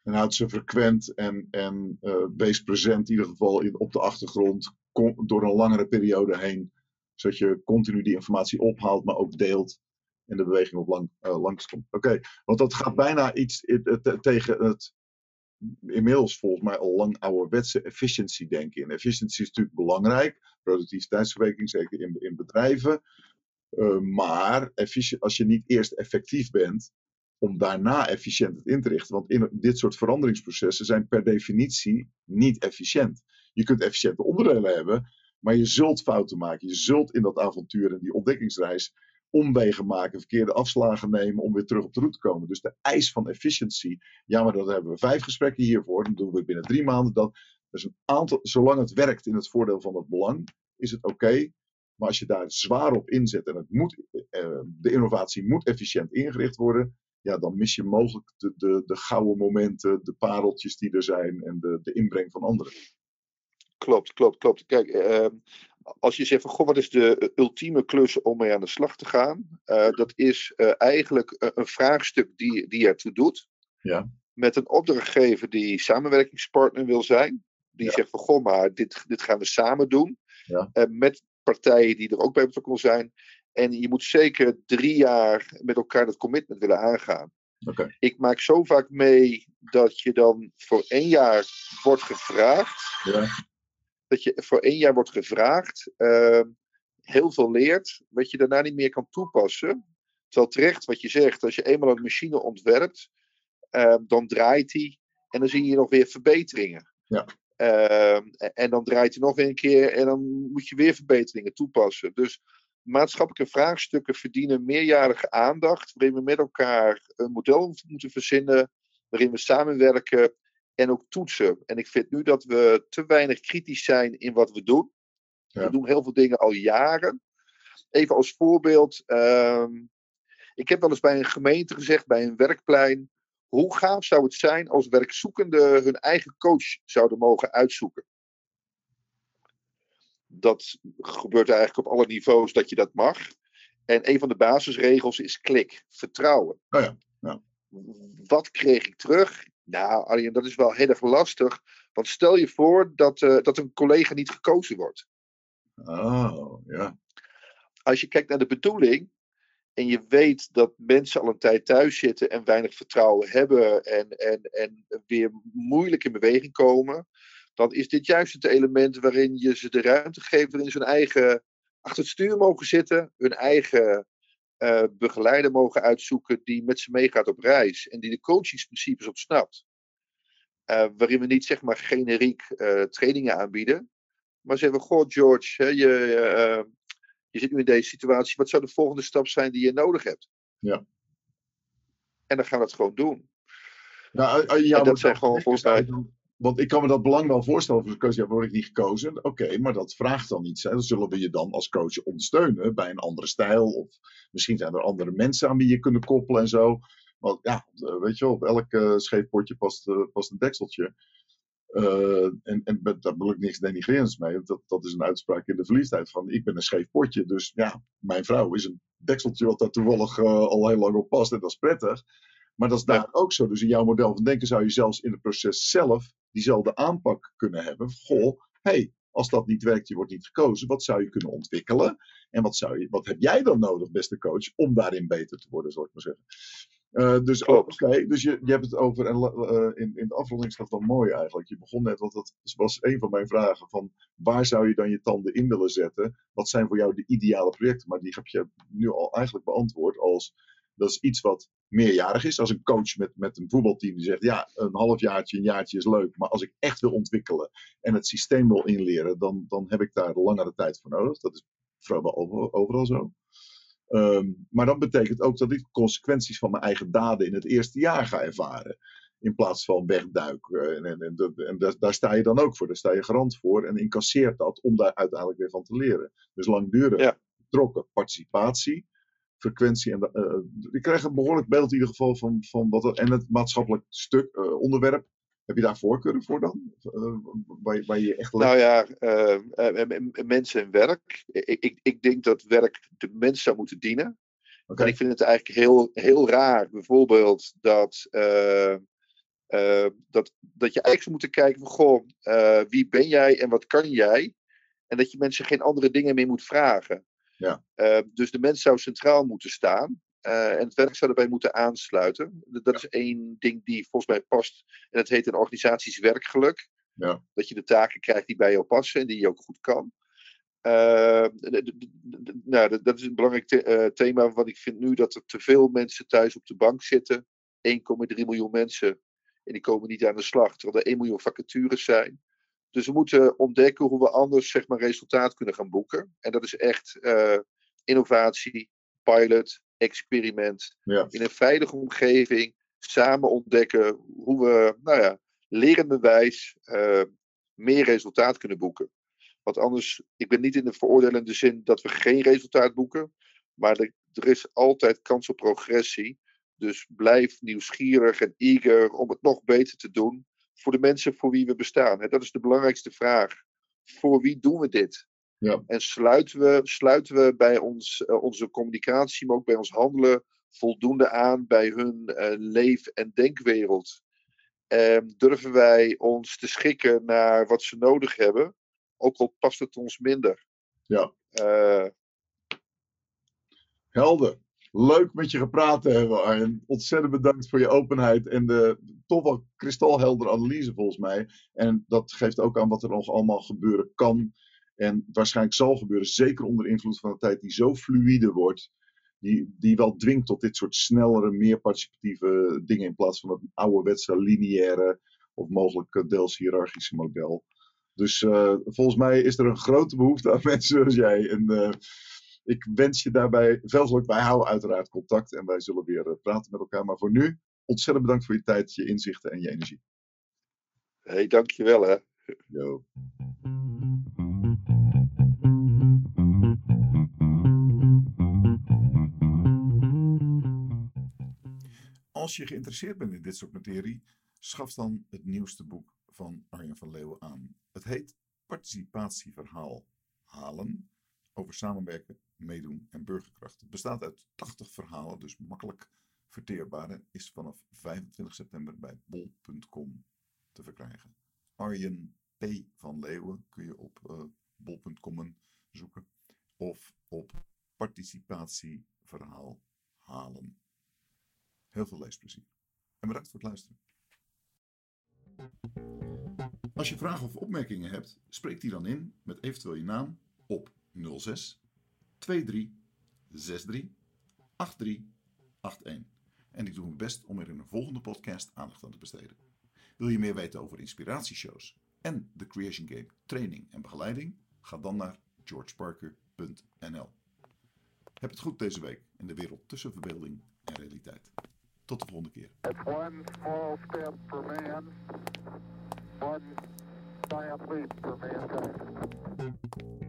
En houd ze frequent en, en uh, wees present in ieder geval in, op de achtergrond kom, door een langere periode heen. Zodat je continu die informatie ophaalt, maar ook deelt en de beweging op lang, uh, langskomt. Oké, okay, want dat gaat bijna iets it, it, it, tegen het inmiddels volgens mij al lang ouderwetse efficiency denken in. Efficiency is natuurlijk belangrijk, productiviteitsverbetering, zeker in, in bedrijven. Uh, maar als je niet eerst effectief bent, om daarna efficiënt het in te richten. Want in dit soort veranderingsprocessen zijn per definitie niet efficiënt. Je kunt efficiënte onderdelen hebben, maar je zult fouten maken. Je zult in dat avontuur en die ontdekkingsreis omwegen maken, verkeerde afslagen nemen om weer terug op de route te komen. Dus de eis van efficiëntie, ja, maar dan hebben we vijf gesprekken hiervoor, dan doen we het binnen drie maanden. Dat is een aantal, zolang het werkt in het voordeel van het belang, is het oké. Okay. Maar als je daar zwaar op inzet en het moet, uh, de innovatie moet efficiënt ingericht worden, ja, dan mis je mogelijk de, de, de gouden momenten, de pareltjes die er zijn en de, de inbreng van anderen. Klopt, klopt, klopt. Kijk, uh, als je zegt van, goh, wat is de ultieme klus om mee aan de slag te gaan? Uh, dat is uh, eigenlijk een vraagstuk die, die ertoe doet. Ja. Met een opdrachtgever die samenwerkingspartner wil zijn. Die ja. zegt van, goh, maar dit, dit gaan we samen doen. Ja. Uh, met partijen die er ook bij betrokken zijn. En je moet zeker drie jaar met elkaar dat commitment willen aangaan. Okay. Ik maak zo vaak mee dat je dan voor één jaar wordt gevraagd. Ja. Dat je voor één jaar wordt gevraagd. Uh, heel veel leert. Wat je daarna niet meer kan toepassen. Terwijl terecht wat je zegt. Als je eenmaal een machine ontwerpt. Uh, dan draait die. En dan zie je nog weer verbeteringen. Ja. Uh, en dan draait hij nog weer een keer. En dan moet je weer verbeteringen toepassen. Dus maatschappelijke vraagstukken verdienen meerjarige aandacht. Waarin we met elkaar een model moeten verzinnen. Waarin we samenwerken. En ook toetsen. En ik vind nu dat we te weinig kritisch zijn in wat we doen. Ja. We doen heel veel dingen al jaren. Even als voorbeeld. Uh, ik heb wel eens bij een gemeente gezegd. Bij een werkplein. Hoe gaaf zou het zijn als werkzoekenden hun eigen coach zouden mogen uitzoeken? Dat gebeurt eigenlijk op alle niveaus dat je dat mag. En een van de basisregels is klik. Vertrouwen. Oh ja. Ja. Wat kreeg ik terug? Nou, Arjen, dat is wel heel erg lastig. Want stel je voor dat, uh, dat een collega niet gekozen wordt. Oh, ja. Als je kijkt naar de bedoeling. En je weet dat mensen al een tijd thuis zitten en weinig vertrouwen hebben. En, en, en weer moeilijk in beweging komen. Dan is dit juist het element waarin je ze de ruimte geeft. Waarin ze hun eigen achter het stuur mogen zitten. Hun eigen uh, begeleider mogen uitzoeken die met ze meegaat op reis. En die de coachingsprincipes op snapt. Uh, waarin we niet zeg maar generiek uh, trainingen aanbieden. Maar zeggen we, goh George, hè, je, uh, je zit nu in deze situatie. Wat zou de volgende stap zijn die je nodig hebt? Ja. En dan gaan we dat gewoon doen. Nou, ja, en dat zijn gewoon volgens mij... Want ik kan me dat belang wel voorstellen voor de coach. Ja, word ik niet gekozen? Oké, okay, maar dat vraagt dan iets. Hè. Dan zullen we je dan als coach ondersteunen bij een andere stijl. Of misschien zijn er andere mensen aan wie je kunnen koppelen en zo. Want ja, weet je wel, op elk uh, scheef potje past, uh, past een dekseltje. Uh, en, en daar wil ik niks denigrerends mee. Dat, dat is een uitspraak in de verliefdheid van ik ben een scheef potje. Dus ja, mijn vrouw is een dekseltje wat daar toevallig uh, al heel lang op past. En dat is prettig. Maar dat is daar ja. ook zo. Dus in jouw model van denken zou je zelfs in het proces zelf diezelfde aanpak kunnen hebben. Goh, hé, hey, als dat niet werkt, je wordt niet gekozen. Wat zou je kunnen ontwikkelen? En wat, zou je, wat heb jij dan nodig, beste coach, om daarin beter te worden, zal ik maar zeggen. Uh, dus oké, okay, dus je, je hebt het over, en uh, in, in de afronding staat wel mooi eigenlijk. Je begon net, want dat was een van mijn vragen, van waar zou je dan je tanden in willen zetten? Wat zijn voor jou de ideale projecten? Maar die heb je nu al eigenlijk beantwoord als, dat is iets wat meerjarig is. Als een coach met, met een voetbalteam die zegt, ja, een halfjaartje, een jaartje is leuk, maar als ik echt wil ontwikkelen en het systeem wil inleren, dan, dan heb ik daar langere tijd voor nodig. Dat is vrijwel over, overal zo. Um, maar dat betekent ook dat ik consequenties van mijn eigen daden in het eerste jaar ga ervaren. In plaats van wegduiken. En, en, en, en daar, daar sta je dan ook voor. Daar sta je garant voor. En incasseert dat om daar uiteindelijk weer van te leren. Dus langdurig ja. betrokken participatie, frequentie. En uh, ik krijg een behoorlijk beeld in ieder geval van, van wat er, en het maatschappelijk stuk, uh, onderwerp. Heb je daar voorkeuren voor dan? Uh, waar, waar je echt nou ja, uh, uh, mensen en werk. Ik, ik, ik denk dat werk de mens zou moeten dienen. Okay. En ik vind het eigenlijk heel, heel raar, bijvoorbeeld, dat uh, Uh, dat, dat je eigenlijk zou moeten kijken van, goh, uh, wie ben jij en wat kan jij? En dat je mensen geen andere dingen meer moet vragen. Ja. Uh, dus de mens zou centraal moeten staan. Uh, en het werk zou daarbij moeten aansluiten. Dat is ja. één ding die volgens mij past. En dat heet in organisaties werkgeluk. Ja. Dat je de taken krijgt die bij jou passen en die je ook goed kan. Uh, d- d- d- nou, dat is een belangrijk te- uh, thema. Want ik vind nu dat er te veel mensen thuis op de bank zitten. één komma drie miljoen mensen. En die komen niet aan de slag. Terwijl er één miljoen vacatures zijn. Dus we moeten ontdekken hoe we anders zeg maar, resultaat kunnen gaan boeken. En dat is echt uh, innovatie, pilot, experiment. Ja. In een veilige omgeving samen ontdekken hoe we, nou ja, lerenderwijs uh, meer resultaat kunnen boeken. Want anders, ik ben niet in de veroordelende zin dat we geen resultaat boeken. Maar er, er is altijd kans op progressie. Dus blijf nieuwsgierig en eager om het nog beter te doen. Voor de mensen voor wie we bestaan. En dat is de belangrijkste vraag. Voor wie doen we dit? Ja. En sluiten we, sluiten we bij ons, uh, onze communicatie, maar ook bij ons handelen, voldoende aan bij hun uh, leef- en denkwereld? En durven wij ons te schikken naar wat ze nodig hebben, ook al past het ons minder? Ja. Uh, Helder. Leuk met je gepraat te hebben, Arjen. Ontzettend bedankt voor je openheid en de toch wel kristalheldere analyse volgens mij. En dat geeft ook aan wat er nog allemaal gebeuren kan. En waarschijnlijk zal gebeuren, zeker onder invloed van een tijd die zo fluïde wordt. Die, die wel dwingt tot dit soort snellere, meer participatieve dingen in plaats van het ouderwetse, lineaire of mogelijk deels hiërarchische model. Dus uh, volgens mij is er een grote behoefte aan mensen zoals jij. En uh, ik wens je daarbij veel geluk. Wij houden uiteraard contact en wij zullen weer uh, praten met elkaar. Maar voor nu, ontzettend bedankt voor je tijd, je inzichten en je energie. Hé, hey, dankjewel hè. Yo. Als je geïnteresseerd bent in dit soort materie, schaf dan het nieuwste boek van Arjen van Leeuwen aan. Het heet Participatieverhaal halen, over samenwerken, meedoen en burgerkracht. Het bestaat uit tachtig verhalen, dus makkelijk verteerbaar en is vanaf vijfentwintig september bij bol punt com te verkrijgen. Arjen P. van Leeuwen kun je op uh, bol punt com zoeken of op Participatieverhaal halen. Heel veel leesplezier. En bedankt voor het luisteren. Als je vragen of opmerkingen hebt, spreek die dan in met eventueel je naam op nul zes tweeëntwintig zesentdertig achtendertig eenentachtig. En ik doe mijn best om er in een volgende podcast aandacht aan te besteden. Wil je meer weten over inspiratieshows en de Creation Game training en begeleiding? Ga dan naar george parker punt n l. Heb het goed deze week in de wereld tussen verbeelding en realiteit. Tot de volgende keer. It's one small step for man, one giant leap for mankind.